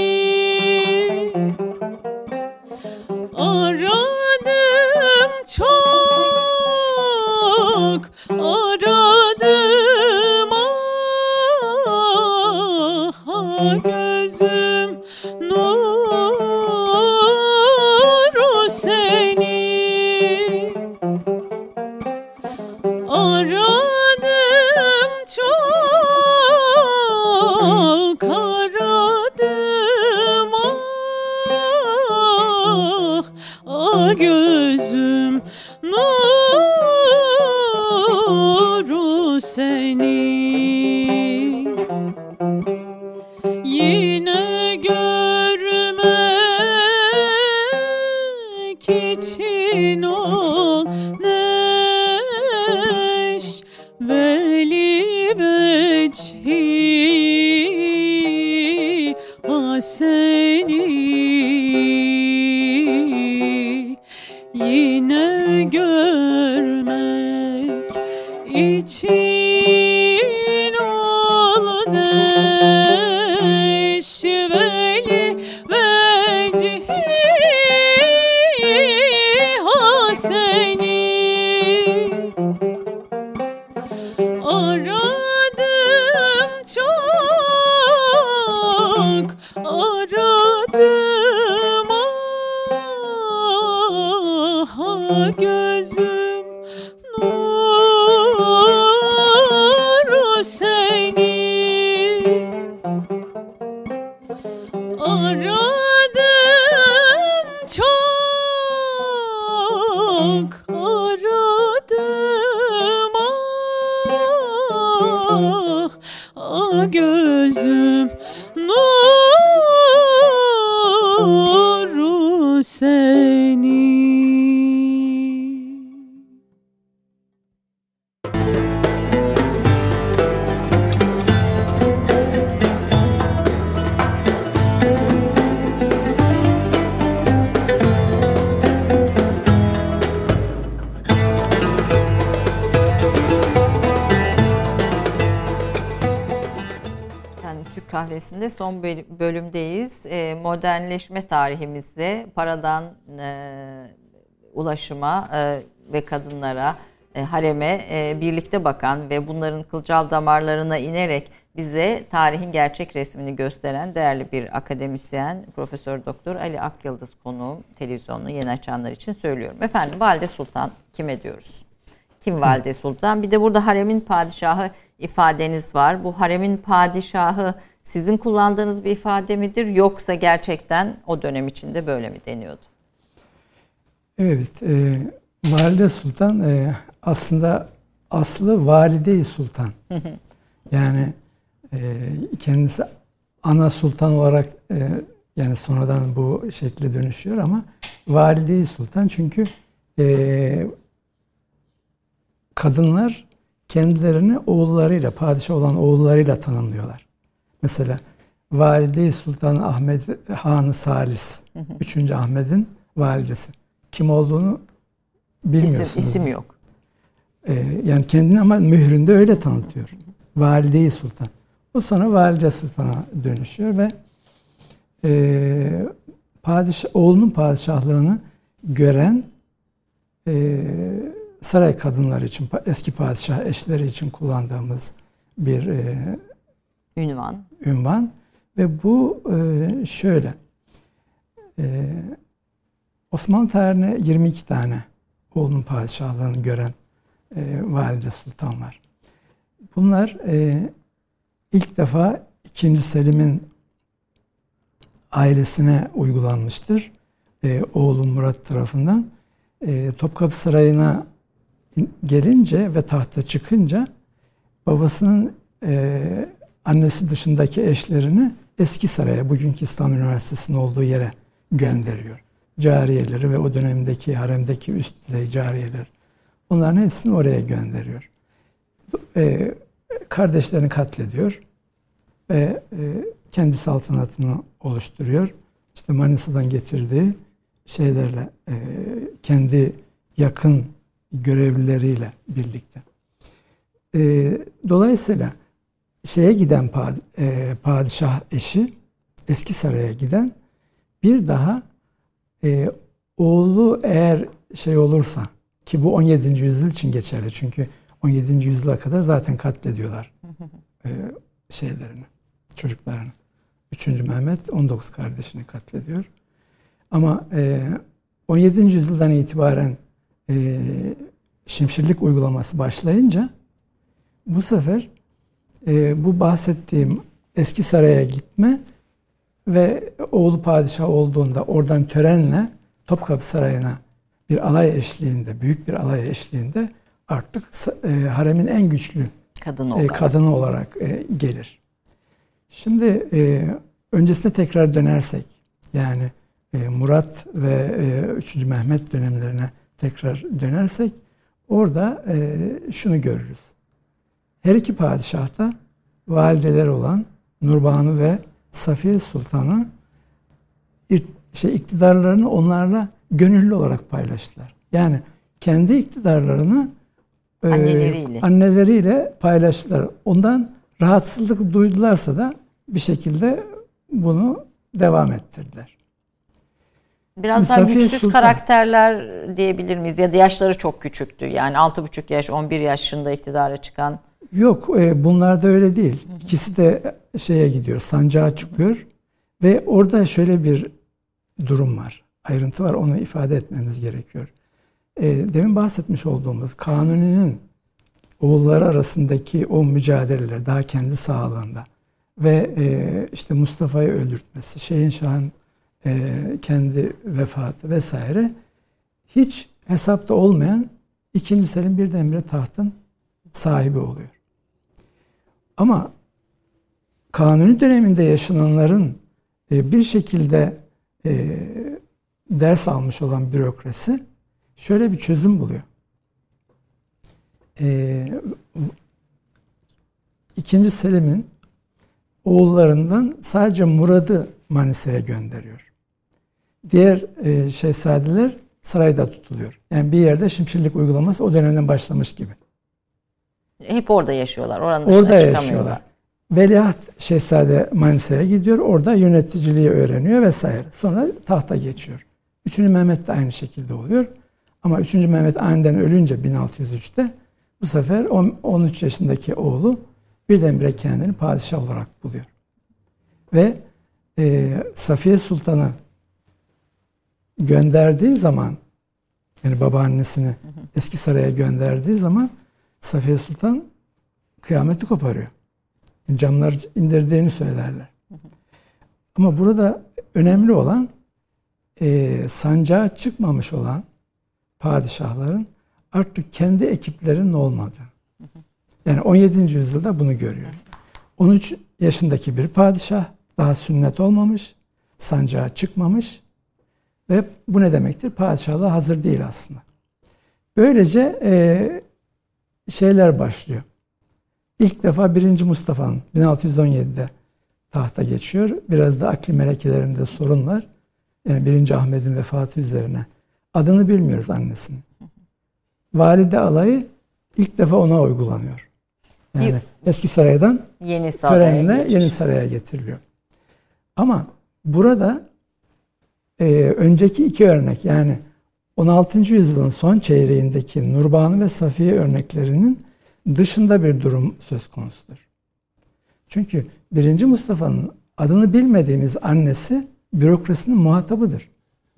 Aradım çok, aradım ah gözüm nuru seni. Aradım çok, aradım ah, ah gözüm nuru seni. Yine görmek için ol neşveli vecihi ah seni. Yine görmek için ol neşveli vecihi ah seni. Aradım çok, aradım ah, ah gözüm nuru seni. Aradım çok, aradım ah, ah gözüm nuru seni. Yani Türk Kahvesi'nde son bölümdeyiz. E, modernleşme tarihimizde paradan e, ulaşıma e, ve kadınlara, e, hareme e, birlikte bakan ve bunların kılcal damarlarına inerek bize tarihin gerçek resmini gösteren değerli bir akademisyen Profesör Doktor Ali Akyıldız konuğum. Televizyonunu yeni açanlar için söylüyorum. Efendim, Valide Sultan kime diyoruz? Kim Valide Sultan? Bir de burada haremin padişahı ifadeniz var. Bu haremin padişahı sizin kullandığınız bir ifade midir, yoksa gerçekten o dönem içinde böyle mi deniyordu? Evet, e, Valide Sultan e, aslında aslı Valide-i Sultan. Yani e, kendisi ana sultan olarak e, yani sonradan bu şekle dönüşüyor ama Valide-i Sultan çünkü e, kadınlar kendilerini oğullarıyla, padişah olan oğullarıyla tanımlıyorlar. Mesela Valide-i Sultan Ahmet Han-ı Salis, hı hı. üçüncü Ahmet'in validesi. Kim olduğunu bilmiyorsunuz. İsim, isim yok. Ee, yani kendini ama mühründe öyle tanıtıyor. Valide-i Sultan. O sonra Valide Sultan'a dönüşüyor ve e, padişah, oğlunun padişahlığını gören e, saray kadınları için, eski padişah eşleri için kullandığımız bir e, ünvan. ünvan. Ve bu e, şöyle, e, Osmanlı tarihine yirmi iki tane oğlunun padişahlığını gören e, Valide Sultan var. Bunlar e, ilk defa ikinci. Selim'in ailesine uygulanmıştır. E, oğlu Murat tarafından. E, Topkapı Sarayı'na gelince ve tahta çıkınca babasının e, annesi dışındaki eşlerini eski saraya, bugünkü İstanbul Üniversitesi'nin olduğu yere gönderiyor. Cariyeleri ve o dönemdeki haremdeki üst düzey cariyeler. Onların hepsini oraya gönderiyor. E, kardeşlerini katlediyor ve e, kendi saltanatını oluşturuyor. İşte Manisa'dan getirdiği şeylerle, e, kendi yakın görevlileriyle birlikte. E, dolayısıyla şeye giden pad, e, padişah eşi, eski saraya giden bir daha e, oğlu eğer şey olursa, ki bu on yedinci yüzyıl için geçerli çünkü on yedinci yüzyıla kadar zaten katlediyorlar e, şeylerini, çocuklarını. üçüncü. Mehmet on dokuz kardeşini katlediyor. Ama e, on yedinci yüzyıldan itibaren e, şimşirlik uygulaması başlayınca bu sefer e, bu bahsettiğim eski saraya gitme ve oğlu padişah olduğunda oradan törenle Topkapı Sarayı'na bir alay eşliğinde, büyük bir alay eşliğinde artık e, haremin en güçlü kadını olarak, e, kadını olarak e, gelir. Şimdi e, öncesine tekrar dönersek, yani e, Murat ve e, üçüncü. Mehmet dönemlerine tekrar dönersek, orada e, şunu görürüz. Her iki padişah da valideler olan Nurbanu ve Safiye Sultan'ı şey, iktidarlarını onlarla gönüllü olarak paylaştılar. Yani kendi iktidarlarını e, anneleriyle. anneleriyle paylaştılar. Ondan rahatsızlık duydularsa da bir şekilde bunu devam ettirdiler. Biraz daha Safiye güçsüz Sultan karakterler diyebilir miyiz? Ya da yaşları çok küçüktü. Yani altı buçuk yaş, on bir yaşında iktidara çıkan. Yok, bunlar da öyle değil. Hı hı. İkisi de şeye gidiyor, sancağa çıkıyor ve orada şöyle bir durum var, ayrıntı var, onu ifade etmemiz gerekiyor. E, demin bahsetmiş olduğumuz Kanuni'nin oğulları arasındaki o mücadeleler daha kendi sağlığında ve e, işte Mustafa'yı öldürtmesi, Şehinşah'ın e, kendi vefatı vesaire hiç hesapta olmayan ikinci. Selim birdenbire tahtın sahibi oluyor. Ama Kanuni döneminde yaşananların e, bir şekilde e, ders almış olan bürokrasi şöyle bir çözüm buluyor. E, ikinci. Selim'in oğullarından sadece Murad'ı Manisa'ya gönderiyor. Diğer e, şehzadeler sarayda tutuluyor. Yani bir yerde şimşirlik uygulaması o dönemden başlamış gibi. Hep orada yaşıyorlar. Oranın dışına orada çıkamıyorlar. yaşıyorlar. Veliaht Şehzade Manisa'ya gidiyor. Orada yöneticiliği öğreniyor vesaire. Sonra tahta geçiyor. üçüncü. Mehmet de aynı şekilde oluyor. Ama üçüncü. Mehmet aniden ölünce bin altı yüz üçte bu sefer on üç yaşındaki oğlu birdenbire kendini padişah olarak buluyor. Ve e, Safiye Sultan'ı gönderdiği zaman, yani babaannesini eski saraya gönderdiği zaman Safiye Sultan kıyameti koparıyor. Camları indirdiğini söylerler. Ama burada önemli olan e, sancağa çıkmamış olan padişahların artık kendi ekiplerinin olmadığı. Yani on yedinci yüzyılda bunu görüyoruz. on üç yaşındaki bir padişah daha sünnet olmamış, sancağa çıkmamış ve bu ne demektir? Padişahlığa hazır değil aslında. Böylece e, şeyler başlıyor. İlk defa birinci. Mustafa'nın bin altı yüz on yedide tahta geçiyor. Biraz da akli melekelerinde sorun var. Yani birinci. Ahmet'in vefatı üzerine. Adını bilmiyoruz annesinin. Valide alayı ilk defa ona uygulanıyor. Yani eski saraydan yeni saraya törenle geçiş. yeni saraya getiriliyor. Ama burada e, önceki iki örnek, yani on altıncı yüzyılın son çeyreğindeki Nurbanu ve Safiye örneklerinin dışında bir durum söz konusudur. Çünkü birinci Mustafa'nın adını bilmediğimiz annesi bürokrasinin muhatabıdır.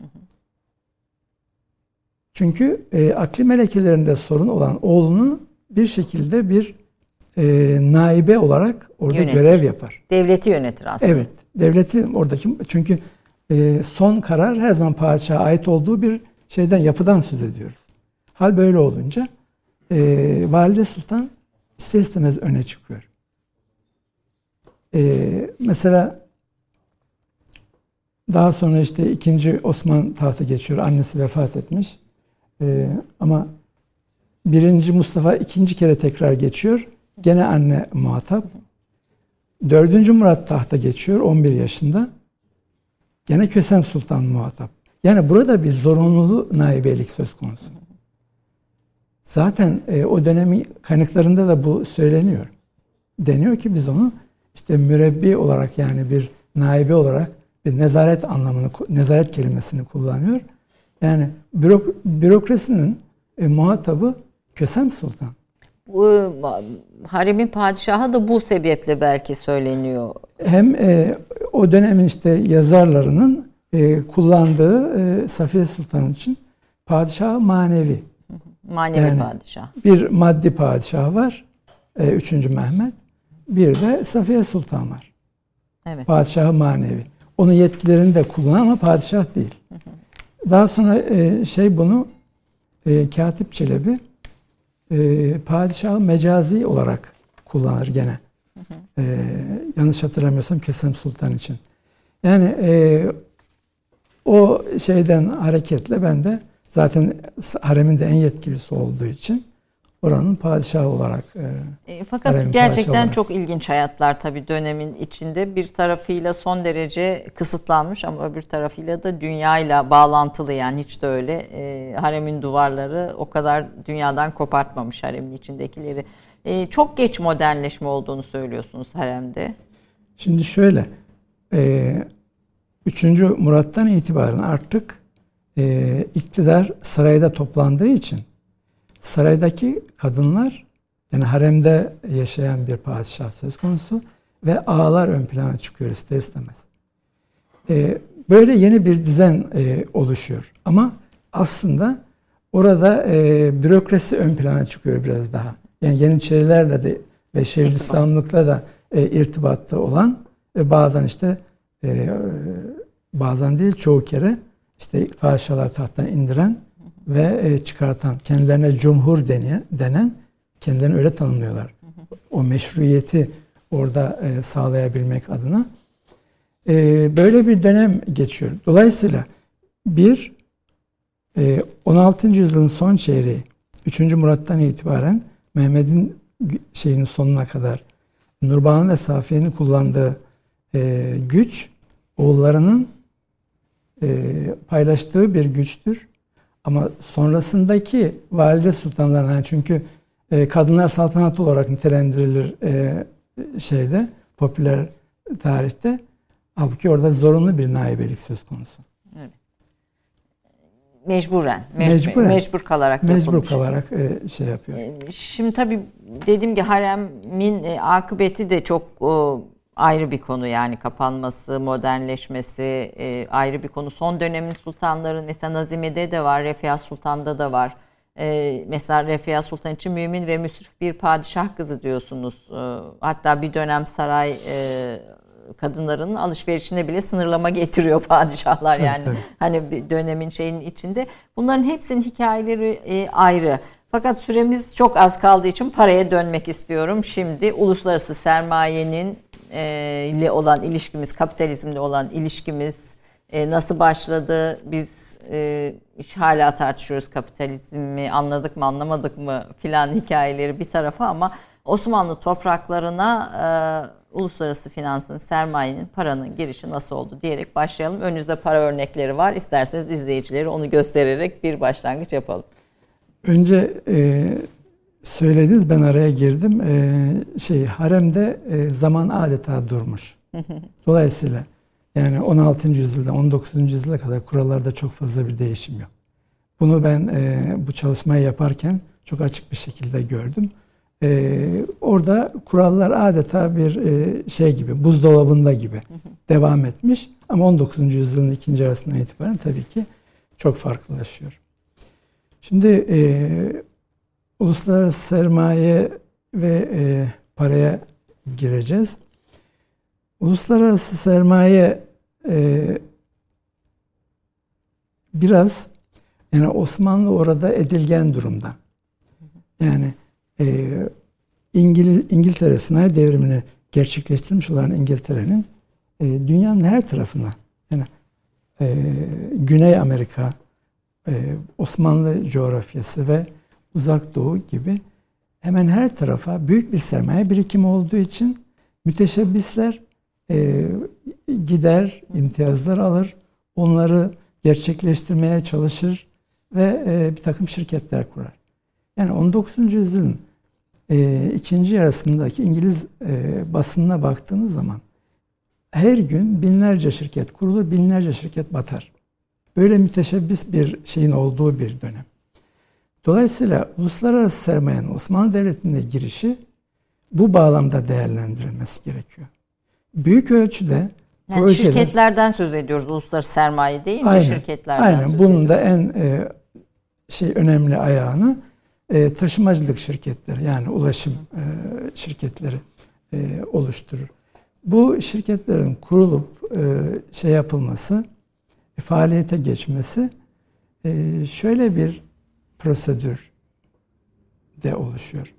Çünkü e, akli melekelerinde sorun olan oğlunu bir şekilde bir e, naibe olarak orada Yönetir. görev yapar. Devleti yönetir aslında. Evet, devleti oradaki, çünkü e, son karar her zaman padişaha ait olduğu bir şeyden, yapıdan söz ediyoruz. Hal böyle olunca e, Valide Sultan ister istemez öne çıkıyor. E, mesela daha sonra işte ikinci Osman tahta geçiyor. Annesi vefat etmiş. E, ama birinci Mustafa ikinci kere tekrar geçiyor. Gene anne muhatap. Dördüncü Murat tahta geçiyor on bir yaşında. Gene Kösem Sultan muhatap. Yani burada bir zorunluluğu naibelik söz konusu. Zaten e, o dönemin kaynaklarında da bu söyleniyor. Deniyor ki biz onu işte mürebbi olarak, yani bir naibe olarak bir nezaret anlamını, nezaret kelimesini kullanıyor. Yani bürok, bürokrasinin e, muhatabı Kösem Sultan. Bu haremin padişahı da bu sebeple belki söyleniyor. Hem e, o dönemin işte yazarlarının e, kullandığı e, Safiye Sultan için padişahı manevi. Manevi yani padişah. Bir maddi padişah var. E, üçüncü Mehmet. Bir de Safiye Sultan var. Evet. Padişahı manevi. Onun yetkilerini de kullanan ama padişah değil. Hı hı. Daha sonra e, şey bunu e, Katip Çelebi e, padişahı mecazi olarak kullanır gene. Hı hı. E, yanlış hatırlamıyorsam Kösem Sultan için. Yani e, o şeyden hareketle ben de zaten haremin de en yetkilisi olduğu için oranın padişahı olarak. E, e, fakat gerçekten çok ilginç hayatlar tabii dönemin içinde. Bir tarafıyla son derece kısıtlanmış ama öbür tarafıyla da dünyayla bağlantılı, yani hiç de öyle e, haremin duvarları o kadar dünyadan kopartmamış haremin içindekileri. E, çok geç modernleşme olduğunu söylüyorsunuz haremde. Şimdi şöyle, e, üçüncü Murat'tan itibaren artık e, iktidar sarayda toplandığı için saraydaki kadınlar, yani haremde yaşayan bir padişah söz konusu ve ağalar ön plana çıkıyor ister istemez. Ee, böyle yeni bir düzen e, oluşuyor. Ama aslında orada e, bürokrasi ön plana çıkıyor biraz daha. Yani Yeniçerilerle de ve Şeyhülislamlıkla da e, irtibatta olan ve bazen işte e, bazen değil çoğu kere işte padişahlar tahttan indiren ve çıkartan, kendilerine cumhur denen, denen kendilerini öyle tanımlıyorlar. O meşruiyeti orada e, sağlayabilmek adına. E, böyle bir dönem geçiyor. Dolayısıyla bir e, on altıncı yüzyılın son çeyreği, üçüncü Murat'tan itibaren Mehmet'in şeyinin sonuna kadar Nurbanu ve Safiye'nin kullandığı e, güç oğullarının e, paylaştığı bir güçtür. Ama sonrasındaki valide sultanların, yani çünkü e, kadınlar saltanatı olarak nitelendirilir e, şeyde, popüler tarihte. Halbuki orada zorunlu bir naibelik söz konusu. Evet. Mecburen, mecbur, mecburen, mecbur kalarak mecbur yapılmış. kalarak e, şey yapıyor. Şimdi tabii dediğim gibi haremin e, akıbeti de çok o, ayrı bir konu, yani kapanması, modernleşmesi e, ayrı bir konu. Son dönemin sultanların mesela Nazime'de de var, Refia Sultan'da da var. E, mesela Refia Sultan için mümin ve müsrif bir padişah kızı diyorsunuz. E, hatta bir dönem saray e, kadınlarının alışverişine bile sınırlama getiriyor padişahlar, tabii, yani tabii. Hani bir dönemin şeyinin içinde. Bunların hepsinin hikayeleri e, ayrı. Fakat süremiz çok az kaldığı için paraya dönmek istiyorum. Şimdi uluslararası sermayenin e, ile olan ilişkimiz, kapitalizmle olan ilişkimiz e, nasıl başladı? Biz e, hala tartışıyoruz, kapitalizmi anladık mı anlamadık mı filan hikayeleri bir tarafa, ama Osmanlı topraklarına e, uluslararası finansın, sermayenin, paranın girişi nasıl oldu diyerek başlayalım. Önünüzde para örnekleri var. İsterseniz izleyicileri onu göstererek bir başlangıç yapalım. Önce e, söylediniz, ben araya girdim. Ee, şey haremde e, zaman adeta durmuş. Dolayısıyla yani on altıncı yüzyılda on dokuzuncu yüzyıla kadar kurallarda çok fazla bir değişim yok. Bunu ben e, bu çalışmayı yaparken çok açık bir şekilde gördüm. E, orada kurallar adeta bir e, şey gibi, buzdolabında gibi devam etmiş. Ama on dokuzuncu yüzyılın ikinci yarısından itibaren tabii ki çok farklılaşıyor. Şimdi e, uluslararası sermaye ve e, paraya gireceğiz. Uluslararası sermaye e, biraz yani Osmanlı orada edilgen durumda. Yani e, İngiliz, İngiltere sanayi devrimini gerçekleştirmiş olan İngiltere'nin e, dünyanın her tarafına yani e, Güney Amerika, e, Osmanlı coğrafyası ve Uzak Doğu gibi hemen her tarafa büyük bir sermaye birikimi olduğu için müteşebbisler e, gider, imtiyazlar alır, onları gerçekleştirmeye çalışır ve e, bir takım şirketler kurar. Yani on dokuzuncu yüzyılın e, ikinci yarısındaki İngiliz e, basınına baktığınız zaman her gün binlerce şirket kurulur, binlerce şirket batar. Böyle müteşebbis bir şeyin olduğu bir dönem. Dolayısıyla uluslararası sermayenin Osmanlı Devleti'ne girişi bu bağlamda değerlendirilmesi gerekiyor. Büyük ölçüde yani projeler, şirketlerden söz ediyoruz. Uluslararası sermaye değil mi? Aynen, Şirketlerden aynen. söz Bunun ediyoruz. da en e, şey önemli ayağını e, taşımacılık şirketleri yani ulaşım e, şirketleri e, oluşturur. Bu şirketlerin kurulup e, şey yapılması, e, faaliyete geçmesi e, şöyle bir prosedür de oluşuyor.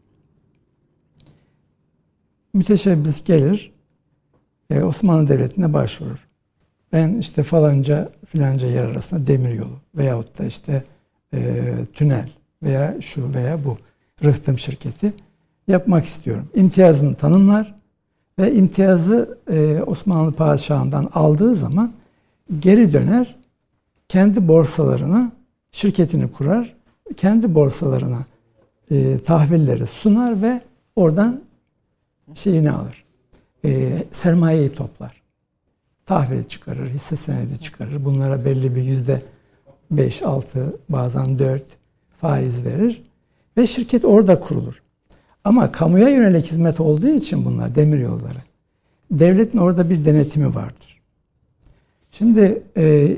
Müteşebbis gelir, e, Osmanlı Devleti'ne başvurur. Ben işte falanca filanca yer arasında demiryolu veyahut da işte e, tünel veya şu veya bu rıhtım şirketi yapmak istiyorum. İmtiyazını tanımlar ve imtiyazı e, Osmanlı padişahından aldığı zaman geri döner, kendi borsalarına şirketini kurar, kendi borsalarına e, tahvilleri sunar ve oradan şeyini alır. E, sermayeyi toplar. Tahvil çıkarır, hisse senedi çıkarır. Bunlara belli bir yüzde beş, altı, bazen dört faiz verir. Ve şirket orada kurulur. Ama kamuya yönelik hizmet olduğu için bunlar demiryolları. Devletin orada bir denetimi vardır. Şimdi e,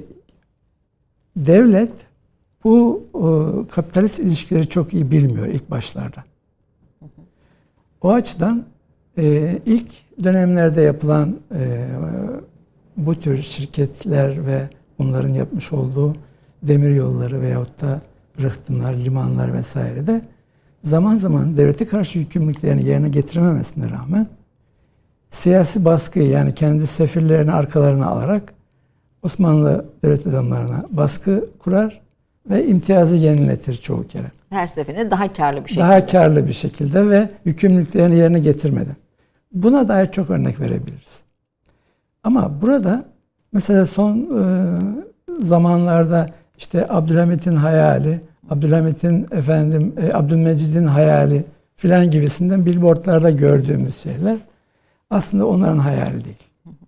devlet bu e, kapitalist ilişkileri çok iyi bilmiyor ilk başlarda. O açıdan e, ilk dönemlerde yapılan e, bu tür şirketler ve onların yapmış olduğu demiryolları veyahut da rıhtımlar, limanlar vesaire de zaman zaman devlete karşı yükümlülüklerini yerine getirememesine rağmen siyasi baskıyı yani kendi sefirlerini arkalarına alarak Osmanlı devlet adamlarına baskı kurar ve imtiyazı yeniletir çoğu kere. Her seferinde daha karlı bir şekilde. Daha karlı bir şekilde ve yükümlülüklerini yerine getirmeden. Buna dair çok örnek verebiliriz. Ama burada mesela son e, zamanlarda işte Abdülhamit'in hayali, Abdülhamit'in efendim e, Abdülmecid'in hayali filan gibisinden billboardlarda gördüğümüz şeyler aslında onların hayali değil.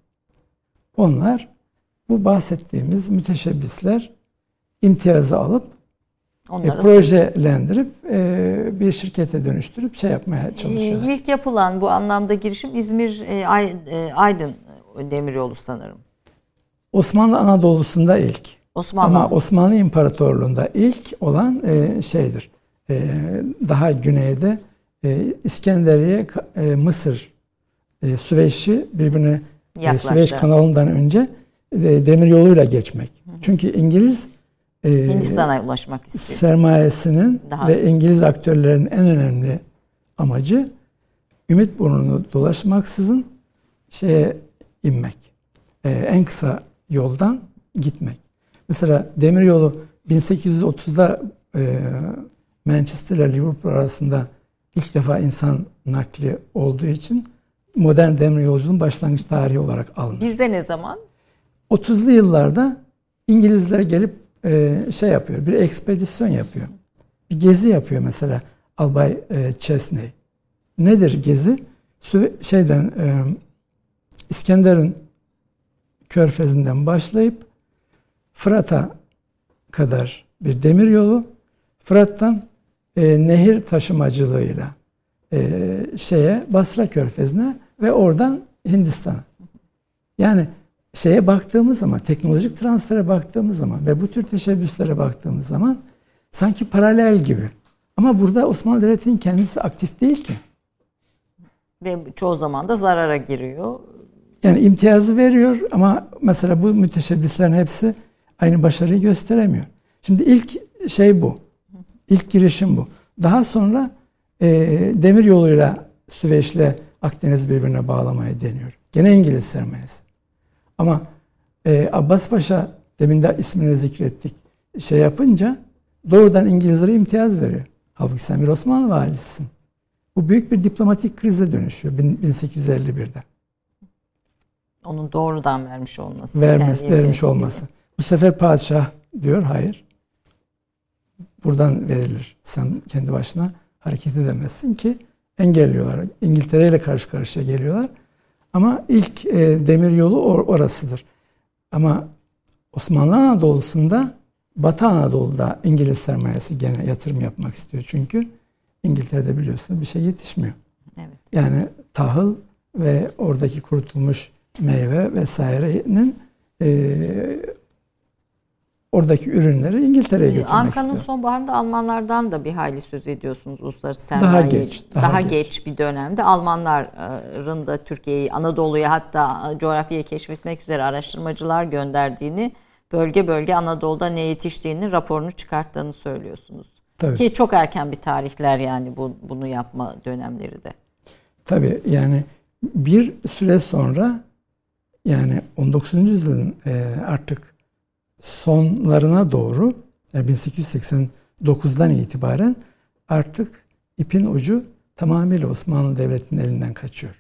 Onlar bu bahsettiğimiz müteşebbisler imtiyazı alıp e, projelendirip e, bir şirkete dönüştürüp şey yapmaya çalışıyorlar. İlk yapılan bu anlamda girişim İzmir e, Aydın Demiryolu sanırım. Osmanlı Anadolu'sunda ilk. Osmanlı. Ama Osmanlı İmparatorluğu'nda ilk olan e, şeydir. E, daha güneyde e, İskenderiye, e, Mısır, e, Süveyş'i birbirine e, Süveyş kanalından önce e, demiryoluyla geçmek. Hı hı. Çünkü İngiliz e, Hindistan'a ulaşmak istiyor. Sermayesinin daha ve İngiliz aktörlerin en önemli amacı Ümitburnu'nu dolaşmaksızın şeye inmek. E, en kısa yoldan gitmek. Mesela demiryolu bin sekiz yüz otuzda e, Manchester ile Liverpool arasında ilk defa insan nakli olduğu için modern demiryolculuğun başlangıç tarihi olarak alınır. Bizde ne zaman? otuzlu yıllarda İngilizler gelip e, şey yapıyor, bir ekspedisyon yapıyor. Bir gezi yapıyor mesela. Albay e, Chesney. Nedir gezi? Sü şeyden e, İskenderun Körfezi'nden başlayıp Fırat'a kadar bir demir yolu, Fırat'tan e, nehir taşımacılığıyla e, şeye Basra Körfezi'ne ve oradan Hindistan'a. Yani şeye baktığımız zaman, teknolojik transfere baktığımız zaman ve bu tür teşebbüslere baktığımız zaman sanki paralel gibi. Ama burada Osmanlı Devleti'nin kendisi aktif değil ki. Ve çoğu zaman da zarara giriyor. Yani imtiyazı veriyor ama mesela bu müteşebbislerin hepsi aynı başarıyı gösteremiyor. Şimdi ilk şey bu. İlk girişim bu. Daha sonra e, demir yoluyla Süveyş'le Akdeniz birbirine bağlamaya deniyor. Gene İngiliz sermayesi. Ama e, Abbas Paşa, demin de ismini zikrettik, şey yapınca doğrudan İngilizlere imtiyaz veriyor. Halbuki sen bir Osmanlı valisisin. Bu büyük bir diplomatik krize dönüşüyor bin sekiz yüz elli birde. Onun doğrudan vermiş olması. Vermesi, vermiş olması. Bu sefer padişah diyor hayır. Buradan verilir. Sen kendi başına hareket edemezsin ki engelliyorlar. İngiltere ile karşı karşıya geliyorlar. Ama ilk e, demir yolu or- orasıdır. Ama Osmanlı Anadolu'sunda, Batı Anadolu'da İngiliz sermayesi gene yatırım yapmak istiyor. Çünkü İngiltere'de biliyorsunuz bir şey yetişmiyor. Evet. Yani tahıl ve oradaki kurutulmuş meyve vesairenin e, oradaki ürünleri İngiltere'ye götürmek Anka'nın istiyor. sonbaharında Almanlardan da bir hayli söz ediyorsunuz. Uluslararası sermaye. Daha geç. Daha, daha geç. geç bir dönemde Almanların da Türkiye'yi, Anadolu'ya, hatta coğrafyayı keşfetmek üzere araştırmacılar gönderdiğini, bölge bölge Anadolu'da ne yetiştiğini raporunu çıkarttığını söylüyorsunuz. Tabii. Ki çok erken bir tarihler yani bu, bunu yapma dönemleri de. Tabii yani bir süre sonra, yani on dokuzuncu yüzyılın artık sonlarına doğru, yani bin sekiz yüz seksen dokuzdan itibaren artık ipin ucu tamamıyla Osmanlı Devleti'nin elinden kaçıyor.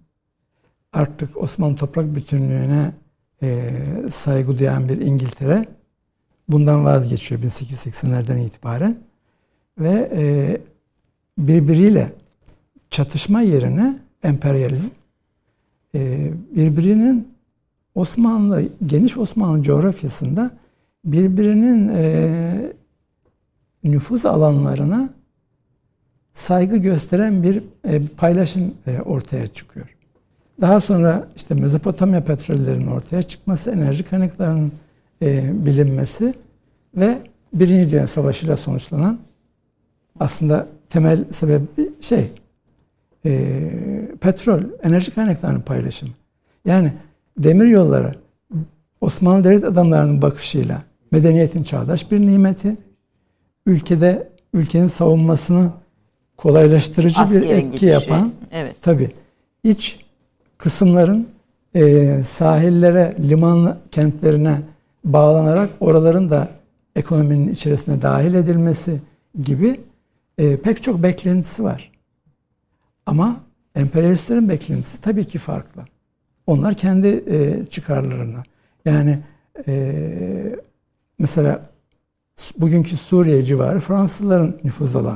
Artık Osmanlı toprak bütünlüğüne e, saygı duyan bir İngiltere bundan vazgeçiyor bin sekiz yüz seksenlerden itibaren ve e, birbiriyle çatışma yerine emperyalizm e, birbirinin Osmanlı, geniş Osmanlı coğrafyasında birbirinin e, nüfuz alanlarına saygı gösteren bir e, paylaşım e, ortaya çıkıyor. Daha sonra işte Mezopotamya petrollerinin ortaya çıkması, enerji kaynaklarının e, bilinmesi ve Birinci Dünya Savaşı ile sonuçlanan aslında temel sebebi şey e, petrol, enerji kaynaklarının paylaşımı. Yani demir yolları Osmanlı devlet adamlarının bakışıyla medeniyetin çağdaş bir nimeti, ülkede ülkenin savunmasını kolaylaştırıcı Askerin bir etki gidişi. yapan, Evet. tabii iç kısımların e, sahillere, liman kentlerine bağlanarak oraların da ekonominin içerisine dahil edilmesi gibi e, pek çok beklentisi var. Ama emperyalistlerin beklentisi tabii ki farklı. Onlar kendi e, çıkarlarına. Yani e, mesela bugünkü Suriye civarı Fransızların nüfuz alanı.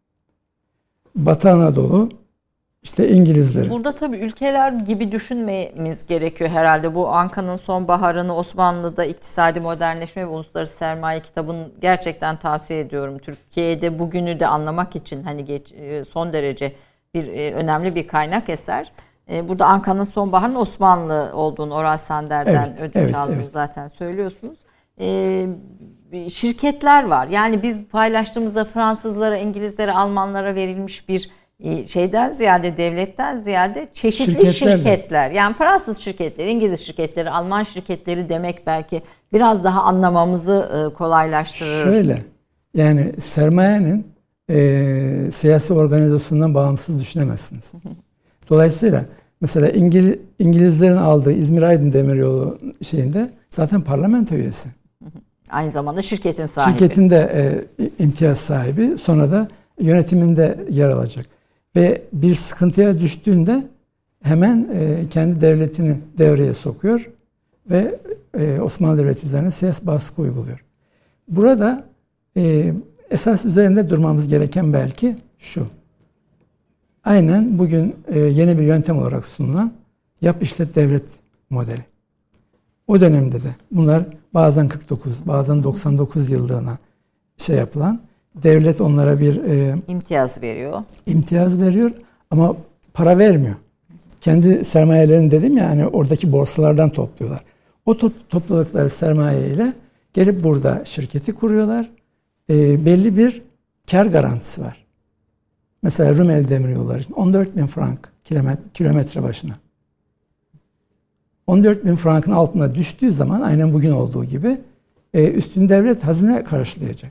Batı Anadolu işte İngilizlerin. Burada tabii ülkeler gibi düşünmemiz gerekiyor herhalde. Bu Anka'nın sonbaharını, Osmanlı'da iktisadi modernleşme ve uluslararası sermaye kitabını gerçekten tavsiye ediyorum. Türkiye'de bugünü de anlamak için hani geç, son derece bir önemli bir kaynak eser. Burada Anka'nın sonbaharının Osmanlı olduğunu Oral Sander'den evet, ödünç evet, aldığınızı evet. zaten söylüyorsunuz. Ee, şirketler var. Yani biz paylaştığımızda Fransızlara, İngilizlere, Almanlara verilmiş bir şeyden ziyade, devletten ziyade çeşitli Şirketler şirketler. de. Yani Fransız şirketleri, İngiliz şirketleri, Alman şirketleri demek belki biraz daha anlamamızı kolaylaştırır. Şöyle, yani sermayenin e, siyasi organizasyonundan bağımsız düşünemezsiniz. Dolayısıyla mesela İngiliz, İngilizlerin aldığı İzmir-Aydın Demiryolu şeyinde zaten parlamento üyesi. Aynı zamanda şirketin sahibi. Şirketin de e, imtiyaz sahibi, sonra da yönetiminde yer alacak. Ve bir sıkıntıya düştüğünde hemen e, kendi devletini devreye sokuyor ve e, Osmanlı Devleti üzerine siyasi baskı uyguluyor. Burada e, esas üzerinde durmamız gereken belki şu. Aynen bugün e, yeni bir yöntem olarak sunulan yap işlet devret modeli. O dönemde de bunlar bazen kırk dokuz, bazen doksan dokuz yıllığına şey yapılan, devlet onlara bir e, imtiyaz veriyor. İmtiyaz veriyor ama para vermiyor. Kendi sermayelerini dedim ya, hani oradaki borsalardan topluyorlar. O top, topladıkları sermaye ile gelip burada şirketi kuruyorlar. E, belli bir kar garantisi var. Mesela Rumeli Demiryolları için on dört bin frank kilometre, kilometre başına. on dört bin frankın altına düştüğü zaman aynen bugün olduğu gibi e, üstün devlet hazine karşılayacak.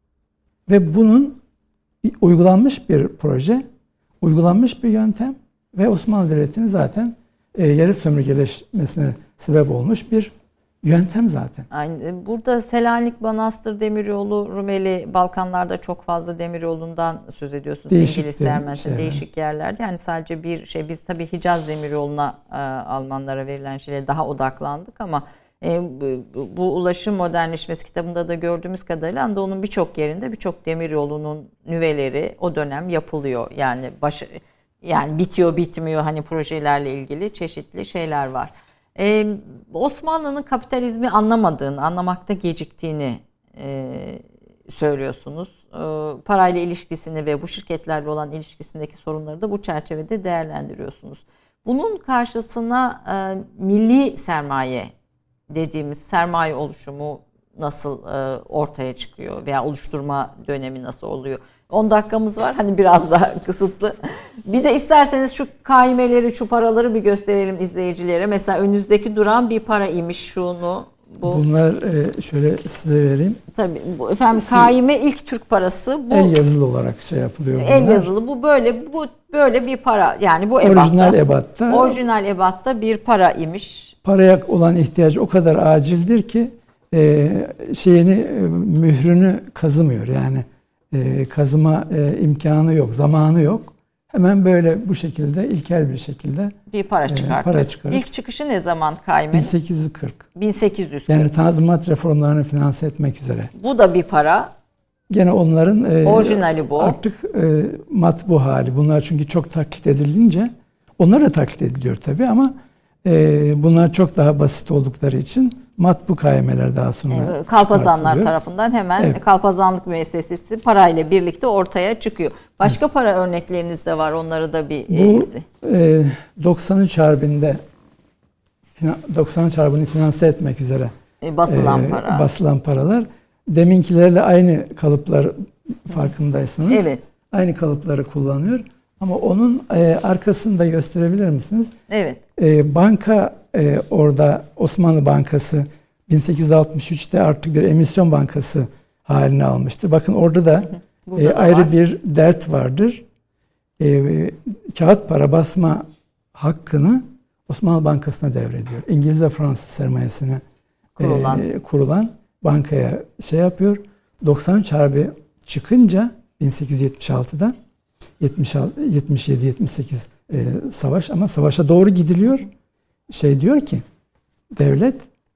Ve bunun uygulanmış bir proje, uygulanmış bir yöntem ve Osmanlı Devleti'nin zaten e, yarı sömürgeleşmesine sebep olmuş bir yöntem zaten. Aynı, burada Selanik, Manastır Demiryolu, Rumeli, Balkanlarda çok fazla demiryolundan söz ediyorsunuz. Değişik İngiliz sermayesi, şeyler. değişik yerlerde. Yani sadece bir şey, biz tabii Hicaz Demiryolu'na e, Almanlara verilen şeyle daha odaklandık ama e, bu, bu ulaşım modernleşmesi kitabında da gördüğümüz kadarıyla Anadolu'nun birçok yerinde birçok demiryolunun nüveleri o dönem yapılıyor. Yani baş, yani bitiyor bitmiyor, hani projelerle ilgili çeşitli şeyler var. Ee, Osmanlı'nın kapitalizmi anlamadığını, anlamakta geciktiğini e, söylüyorsunuz. E, parayla ilişkisini ve bu şirketlerle olan ilişkisindeki sorunları da bu çerçevede değerlendiriyorsunuz. Bunun karşısına e, milli sermaye dediğimiz sermaye oluşumu nasıl e, ortaya çıkıyor veya oluşturma dönemi nasıl oluyor? on dakikamız var, hani biraz daha kısıtlı. Bir de isterseniz şu kaimeleri, şu paraları bir gösterelim izleyicilere. Mesela önünüzdeki duran bir para imiş, şunu, bu. Bunlar e, şöyle size vereyim. Tabii bu efendim kaime ilk Türk parası bu. El yazılı olarak şey yapılıyor bunlar. El yazılı, bu böyle bu böyle bir para, yani bu ebatta. Orijinal ebatta. Orijinal ebatta bir para imiş. Paraya olan ihtiyacı o kadar acildir ki e, şeyini e, mührünü kazımıyor. Yani e, kazıma e, imkanı yok, zamanı yok. Hemen böyle bu şekilde ilkel bir şekilde bir para çıkartıyor. Para çıkarır. İlk çıkışı ne zaman kaimenin? bin sekiz yüz kırk. bin sekiz yüz kırk. Yani Tanzimat reformlarını finanse etmek üzere. Bu da bir para. Gene onların e, orijinali bu. Artık e, matbu hali. Bunlar çünkü çok taklit edilince, onlar da taklit ediliyor tabii ama e, bunlar çok daha basit oldukları için matbu kaimeler daha sonra e, Kalpazanlar tarafından hemen evet. Kalpazanlık müessesesi parayla birlikte ortaya çıkıyor. Başka evet. para örnekleriniz de var. Onları da bir bu e, doksan üç Harbi'nde doksan üç Harbi'ni finanse etmek üzere e, basılan e, para. Basılan paralar. Deminkilerle aynı kalıplar, farkındaysanız. Evet. Aynı kalıpları kullanıyor. Ama onun e, arkasını da gösterebilir misiniz? Evet. E, banka e, orada Osmanlı Bankası bin sekiz yüz altmış üçte artık bir emisyon bankası haline almıştır. Bakın orada da, e, da ayrı var. Bir dert vardır. E, kağıt para basma hakkını Osmanlı Bankası'na devrediyor. İngiliz ve Fransız sermayesine kurulan. E, kurulan bankaya şey yapıyor. doksan üç Harbi çıkınca bin sekiz yüz yetmiş altıda yetmiş yedi yetmiş sekiz e, savaş, ama savaşa doğru gidiliyor. Şey diyor ki devlet,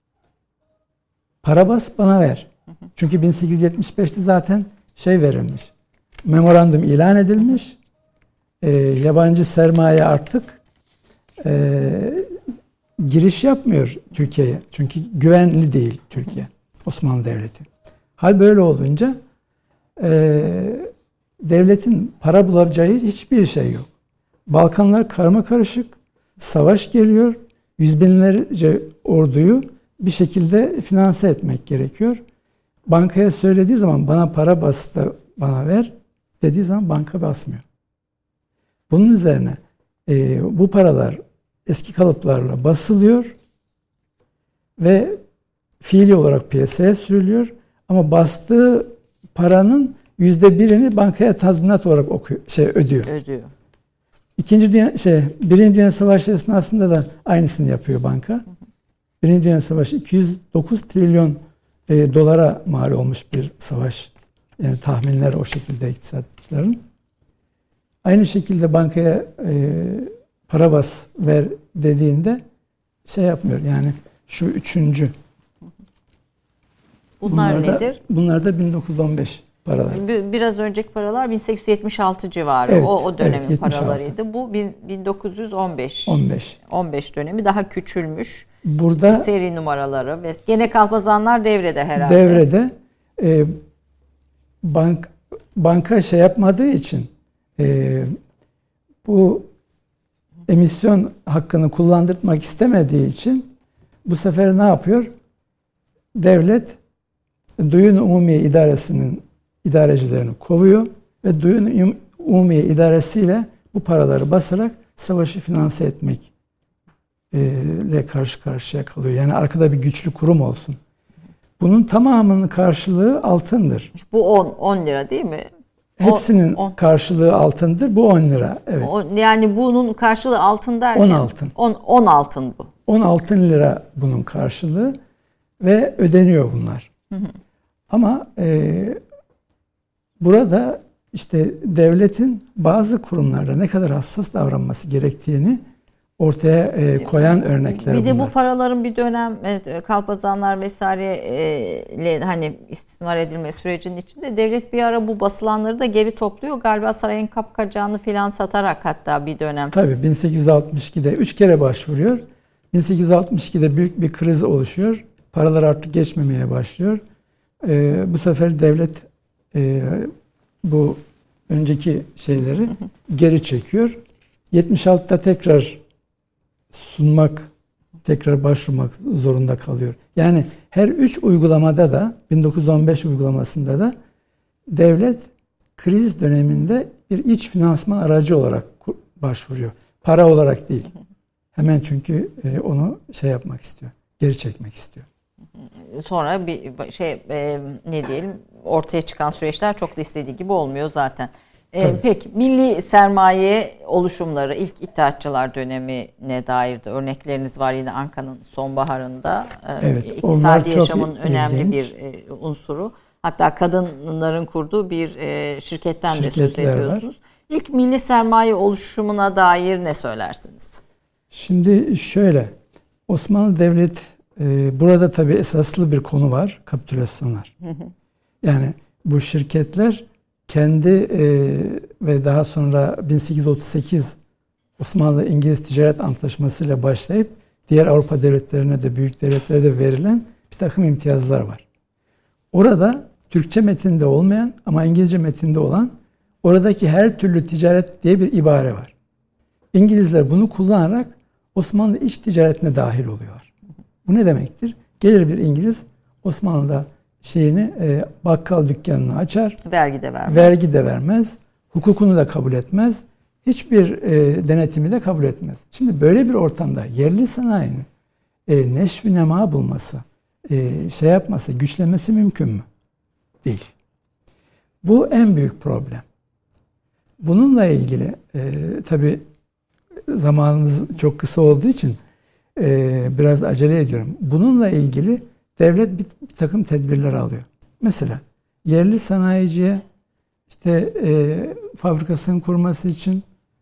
para bas bana ver. Çünkü bin sekiz yüz yetmiş beşte zaten şey verilmiş. Memorandum ilan edilmiş. E, yabancı sermaye artık e, giriş yapmıyor Türkiye'ye. Çünkü güvenli değil Türkiye, Osmanlı Devleti. Hal böyle olunca e, devletin para bulacağı hiçbir şey yok. Balkanlar karma karışık, savaş geliyor, yüz binlerce orduyu bir şekilde finanse etmek gerekiyor. Bankaya söylediği zaman bana para bas da bana ver dediği zaman banka basmıyor. Bunun üzerine e, bu paralar eski kalıplarla basılıyor ve fiili olarak piyasaya sürülüyor. Ama bastığı paranın yüzde birini bankaya tazminat olarak okuyor, şey ödüyor. Ödüyor. İkinci dünya şey, Birinci Dünya Savaşı esnasında da aynısını yapıyor banka. Birinci Dünya Savaşı iki yüz dokuz trilyon e, dolara mal olmuş bir savaş. Yani tahminler o şekilde iktisatçıların. Aynı şekilde bankaya e, para bas ver dediğinde şey yapmıyor. Yani şu üçüncü. Bunlar, bunlar da, nedir? Bunlar da bin dokuz yüz on beş paralar. Biraz önceki paralar bin sekiz yüz yetmiş altı civarı. Evet, o, o dönemin evet, paralarıydı. Bu bin dokuz yüz on beş. on beş. on beş dönemi daha küçülmüş. Burada seri numaraları ve gene kalpazanlar devrede herhalde. Devrede e, bank banka şey yapmadığı için e, bu emisyon hakkını kullandırmak istemediği için bu sefer ne yapıyor? Devlet Duyun Umumiye İdaresi'nin idarecilerini kovuyor ve Duyun Umumiye İdaresi'yle bu paraları basarak savaşı finanse etmek ile karşı karşıya kalıyor. Yani arkada bir güçlü kurum olsun. Bunun tamamının karşılığı altındır. Bu on, on lira değil mi? Hepsinin on, on. karşılığı altındır. Bu on lira. Evet. On, yani bunun karşılığı altın derken? on altın. on, on altın bu. on altın lira bunun karşılığı ve ödeniyor bunlar. Hı hı. Ama e, burada işte devletin bazı kurumlarda ne kadar hassas davranması gerektiğini ortaya e, koyan örnekler Bir bunlar. de bu paraların bir dönem evet, kalpazanlar vesaire hani istismar edilme sürecinin içinde devlet bir ara bu basılanları da geri topluyor. Galiba sarayın kapkacağını filan satarak hatta bir dönem. Tabii bin sekiz yüz altmış ikide üç kere başvuruyor. bin sekiz yüz altmış ikide büyük bir kriz oluşuyor. Paralar artık geçmemeye başlıyor. E, bu sefer devlet e, bu önceki şeyleri geri çekiyor. yetmiş altıda tekrar sunmak, tekrar başvurmak zorunda kalıyor. Yani her üç uygulamada da, bin dokuz yüz on beş uygulamasında da devlet kriz döneminde bir iç finansman aracı olarak başvuruyor. Para olarak değil. Hemen çünkü onu şey yapmak istiyor, geri çekmek istiyor. Sonra bir şey ne diyelim ortaya çıkan süreçler çok da istediği gibi olmuyor zaten. Ee, peki milli sermaye oluşumları ilk İttihatçılar dönemine dair de örnekleriniz var yine Anka'nın sonbaharında. Evet, İktisadi yaşamın önemli ilginç. bir e, unsuru. Hatta kadınların kurduğu bir e, şirketten de söz ediyorsunuz. Var. İlk milli sermaye oluşumuna dair ne söylersiniz? Şimdi şöyle, Osmanlı Devleti e, burada tabii esaslı bir konu var, kapitülasyonlar. Hı hı. Yani bu şirketler kendi e, ve daha sonra bin sekiz yüz otuz sekiz Osmanlı-İngiliz Ticaret Antlaşması ile başlayıp diğer Avrupa devletlerine de büyük devletlere de verilen bir takım imtiyazlar var. Orada Türkçe metinde olmayan ama İngilizce metinde olan oradaki her türlü ticaret diye bir ibare var. İngilizler bunu kullanarak Osmanlı iç ticaretine dahil oluyorlar. Bu ne demektir? Gelir bir İngiliz Osmanlı'da şeyini e, bakkal dükkanını açar. Vergi de vermez. Vergi de vermez. Hukukunu da kabul etmez. Hiçbir e, denetimi de kabul etmez. Şimdi böyle bir ortamda yerli sanayinin e, neşv-i nema bulması, e, şey yapması, güçlenmesi mümkün mü? Değil. Bu en büyük problem. Bununla ilgili e, tabii zamanımız çok kısa olduğu için e, biraz acele ediyorum. Bununla ilgili devlet bir, bir takım tedbirler alıyor. Mesela yerli sanayiciye işte e, fabrikasının kurması için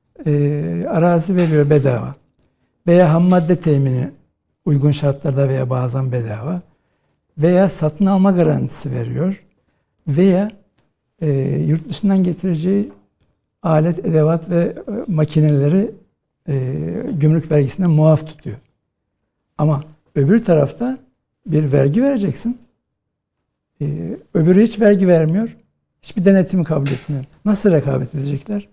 e, arazi veriyor bedava. Veya ham madde temini uygun şartlarda veya bazen bedava. Veya satın alma garantisi veriyor. Veya e, yurt dışından getireceği alet, edevat ve e, makineleri e, gümrük vergisinden muaf tutuyor. Ama öbür tarafta bir vergi vereceksin. Ee, öbürü hiç vergi vermiyor. Hiçbir denetimi kabul etmiyor. Nasıl rekabet edecekler?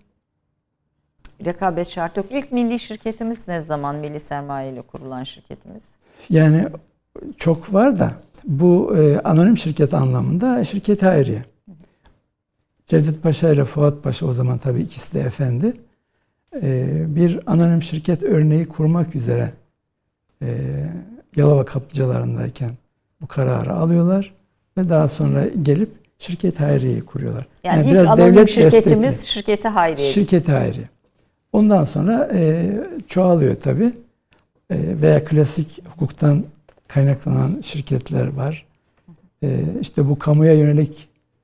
Rekabet şart yok. İlk milli şirketimiz ne zaman? Milli sermaye ile kurulan şirketimiz. Yani çok var da bu e, anonim şirket anlamında şirket hayriye. Cevdet Paşa ile Fuat Paşa o zaman tabii ikisi de efendi. E, bir anonim şirket örneği kurmak üzere e, Yalova kaplıcalarındayken bu kararı alıyorlar ve daha sonra gelip şirket hayriyeyi kuruyorlar. Yani, yani ilk biraz anonim şirketimiz destekli. Şirketi hayriye. Şirketi hayriye. Ondan sonra e, çoğalıyor tabii. E, veya klasik hukuktan kaynaklanan şirketler var. E, işte bu kamuya yönelik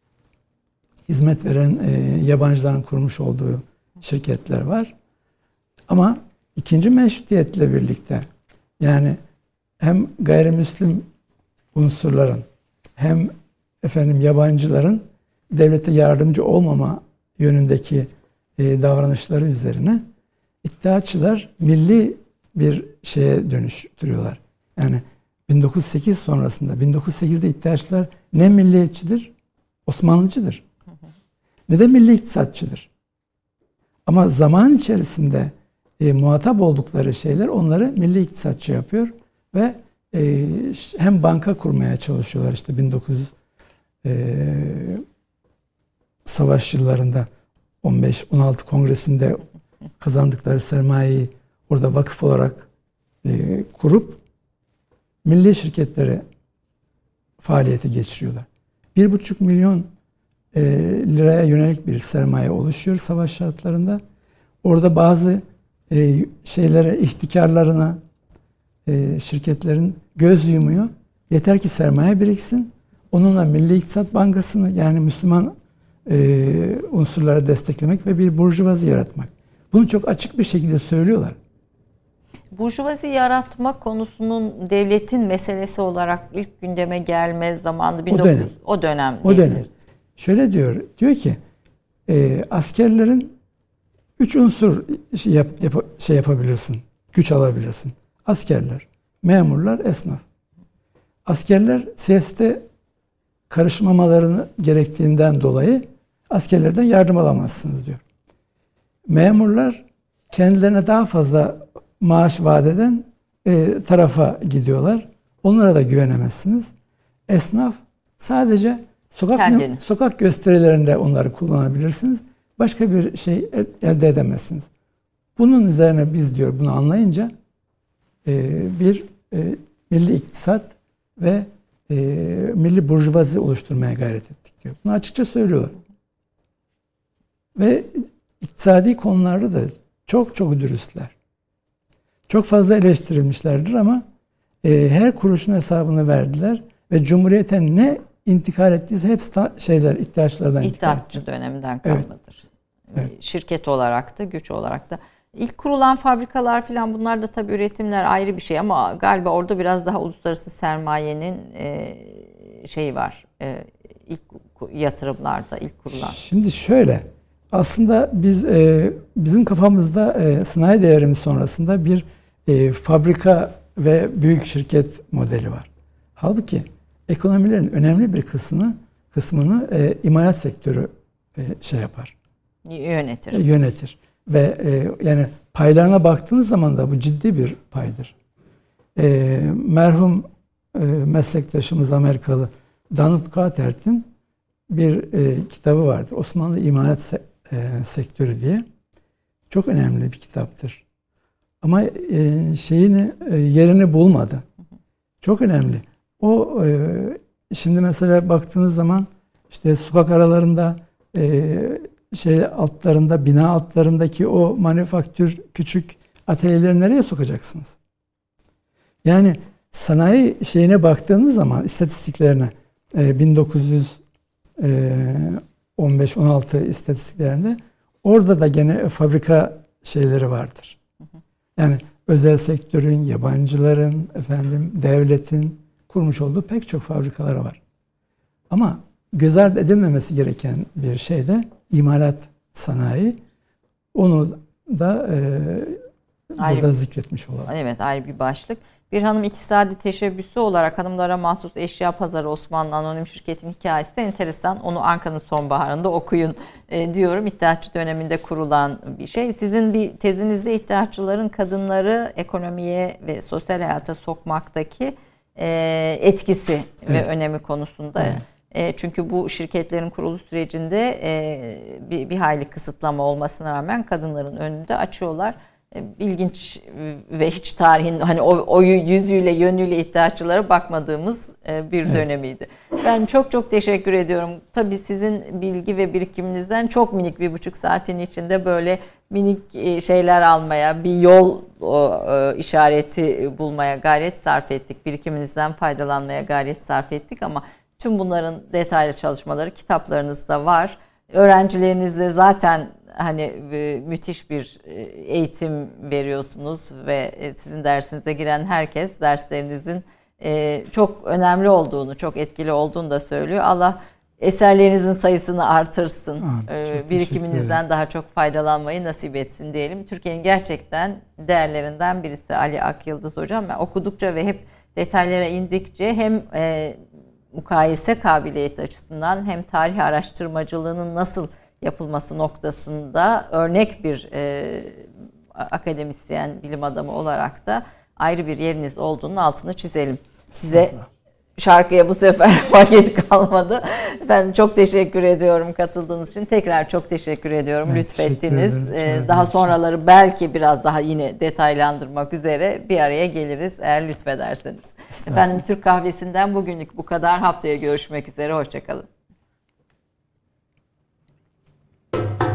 hizmet veren e, yabancıların kurmuş olduğu şirketler var. Ama ikinci meşrutiyetle birlikte yani hem gayrimüslim unsurların hem efendim yabancıların devlete yardımcı olmama yönündeki e, davranışları üzerine İttihatçılar milli bir şeye dönüştürüyorlar. Yani bin dokuz yüz sekiz sonrasında, bin dokuz yüz sekizde İttihatçılar ne milliyetçidir? Osmanlıcıdır. Ne de milli iktisatçıdır. Ama zaman içerisinde e, muhatap oldukları şeyler onları milli iktisatçı yapıyor ve e, hem banka kurmaya çalışıyorlar işte bin dokuz yüz e, savaş yıllarında on beş on altı kongresinde kazandıkları sermayeyi orada vakıf olarak e, kurup milli şirketlere faaliyete geçiriyorlar. Bir buçuk milyon e, liraya yönelik bir sermaye oluşuyor savaş şartlarında. Orada bazı e, şeylere, ihtikarlarına e, şirketlerin göz yumuyor. Yeter ki sermaye biriksin. Onunla Milli İktisat Bankası'nı yani Müslüman e, unsurları desteklemek ve bir burjuvazi yaratmak. Bunu çok açık bir şekilde söylüyorlar. Burjuvazi yaratma konusunun devletin meselesi olarak ilk gündeme gelme zamanı bin dokuz yüz, o dönem. O dönem. O dönem. Şöyle diyor, diyor ki e, askerlerin üç unsur şey, yap, yap, şey yapabilirsin, güç alabilirsin. Askerler, memurlar, esnaf. Askerler siyasete karışmamalarını gerektiğinden dolayı askerlerden yardım alamazsınız diyor. Memurlar kendilerine daha fazla maaş vaat eden e, tarafa gidiyorlar. Onlara da güvenemezsiniz. Esnaf sadece sokak sokak gösterilerinde onları kullanabilirsiniz. Başka bir şey elde edemezsiniz. Bunun üzerine biz diyor bunu anlayınca e, bir e, milli iktisat ve e, milli burjuvazi oluşturmaya gayret ettik diyor. Bunu açıkça söylüyorlar. Ve iktisadi konularda da çok çok dürüstler. Çok fazla eleştirilmişlerdir ama e, her kuruşun hesabını verdiler ve Cumhuriyet'e ne intikal ettiyse hepsi ta, şeyler ihtiyaçlardan İttihatçı döneminden kalmadır. Evet. Evet. Şirket olarak da güç olarak da. İlk kurulan fabrikalar falan bunlar da tabii üretimler ayrı bir şey ama galiba orada biraz daha uluslararası sermayenin e, şeyi var. E, ilk yatırımlarda ilk kurulan. Şimdi şöyle aslında biz e, bizim kafamızda e, sanayi devrimi sonrasında bir e, fabrika ve büyük şirket modeli var. Halbuki ekonomilerin önemli bir kısmını kısmını e, imalat sektörü e, şey yapar. Yönetir. E, yönetir. Ve e, yani paylarına baktığınız zaman da bu ciddi bir paydır. E, merhum e, meslektaşımız Amerikalı Donald Carter'in bir e, kitabı vardır. Osmanlı İmalat Se- e, Sektörü diye. Çok önemli bir kitaptır. Ama e, şeyini e, yerini bulmadı. Çok önemli. O e, şimdi mesela baktığınız zaman işte sokak aralarında e, şey altlarında, bina altlarındaki o manifaktür küçük atölyeleri nereye sokacaksınız? Yani sanayi şeyine baktığınız zaman istatistiklerine e, bin dokuz yüz on beş on altı istatistiklerinde orada da gene fabrika şeyleri vardır. Yani özel sektörün, yabancıların, efendim devletin kurmuş olduğu pek çok fabrikaları var. Ama göz ardı edilmemesi gereken bir şey de imalat sanayi. Onu da e, burada zikretmiş olalım. Evet, ayrı bir başlık. Bir hanım iktisadi teşebbüsü olarak hanımlara mahsus eşya pazarı Osmanlı Anonim Şirketi'nin hikayesi de enteresan. Onu Anka'nın sonbaharında okuyun e, diyorum. İttihatçı döneminde kurulan bir şey. Sizin bir tezinizde İttihatçıların kadınları ekonomiye ve sosyal hayata sokmaktaki e, etkisi evet. ve önemi konusunda. Evet. E, çünkü bu şirketlerin kuruluş sürecinde e, bir, bir hayli kısıtlama olmasına rağmen kadınların önünü de açıyorlar. İlginç ve hiç tarihin hani o, o yüzüyle yönüyle iddiaçılara bakmadığımız bir evet. dönemiydi. Ben çok çok teşekkür ediyorum. Tabii sizin bilgi ve birikiminizden çok minik bir buçuk saatin içinde böyle minik şeyler almaya, bir yol o, işareti bulmaya gayret sarf ettik. Birikiminizden faydalanmaya gayret sarf ettik ama tüm bunların detaylı çalışmaları kitaplarınızda var. Öğrencilerinizle zaten hani müthiş bir eğitim veriyorsunuz ve sizin dersinize giren herkes derslerinizin çok önemli olduğunu, çok etkili olduğunu da söylüyor. Allah eserlerinizin sayısını artırsın. Abi, Ee, birikiminizden daha çok faydalanmayı nasip etsin diyelim. Türkiye'nin gerçekten değerlerinden birisi Ali Akyıldız hocam. Ben okudukça ve hep detaylara indikçe hem e, mukayese kabiliyeti açısından hem tarih araştırmacılığının nasıl yapılması noktasında örnek bir e, akademisyen, bilim adamı olarak da ayrı bir yeriniz olduğunun altını çizelim. Size şarkıya bu sefer vakit kalmadı. Ben çok teşekkür ediyorum katıldığınız için. Tekrar çok teşekkür ediyorum. Ben lütfettiniz. Teşekkür ederim, ee, daha sonraları belki biraz daha yine detaylandırmak üzere bir araya geliriz eğer lütfederseniz. Efendim Türk Kahvesi'nden bugünlük bu kadar. Haftaya görüşmek üzere. Hoşça kalın.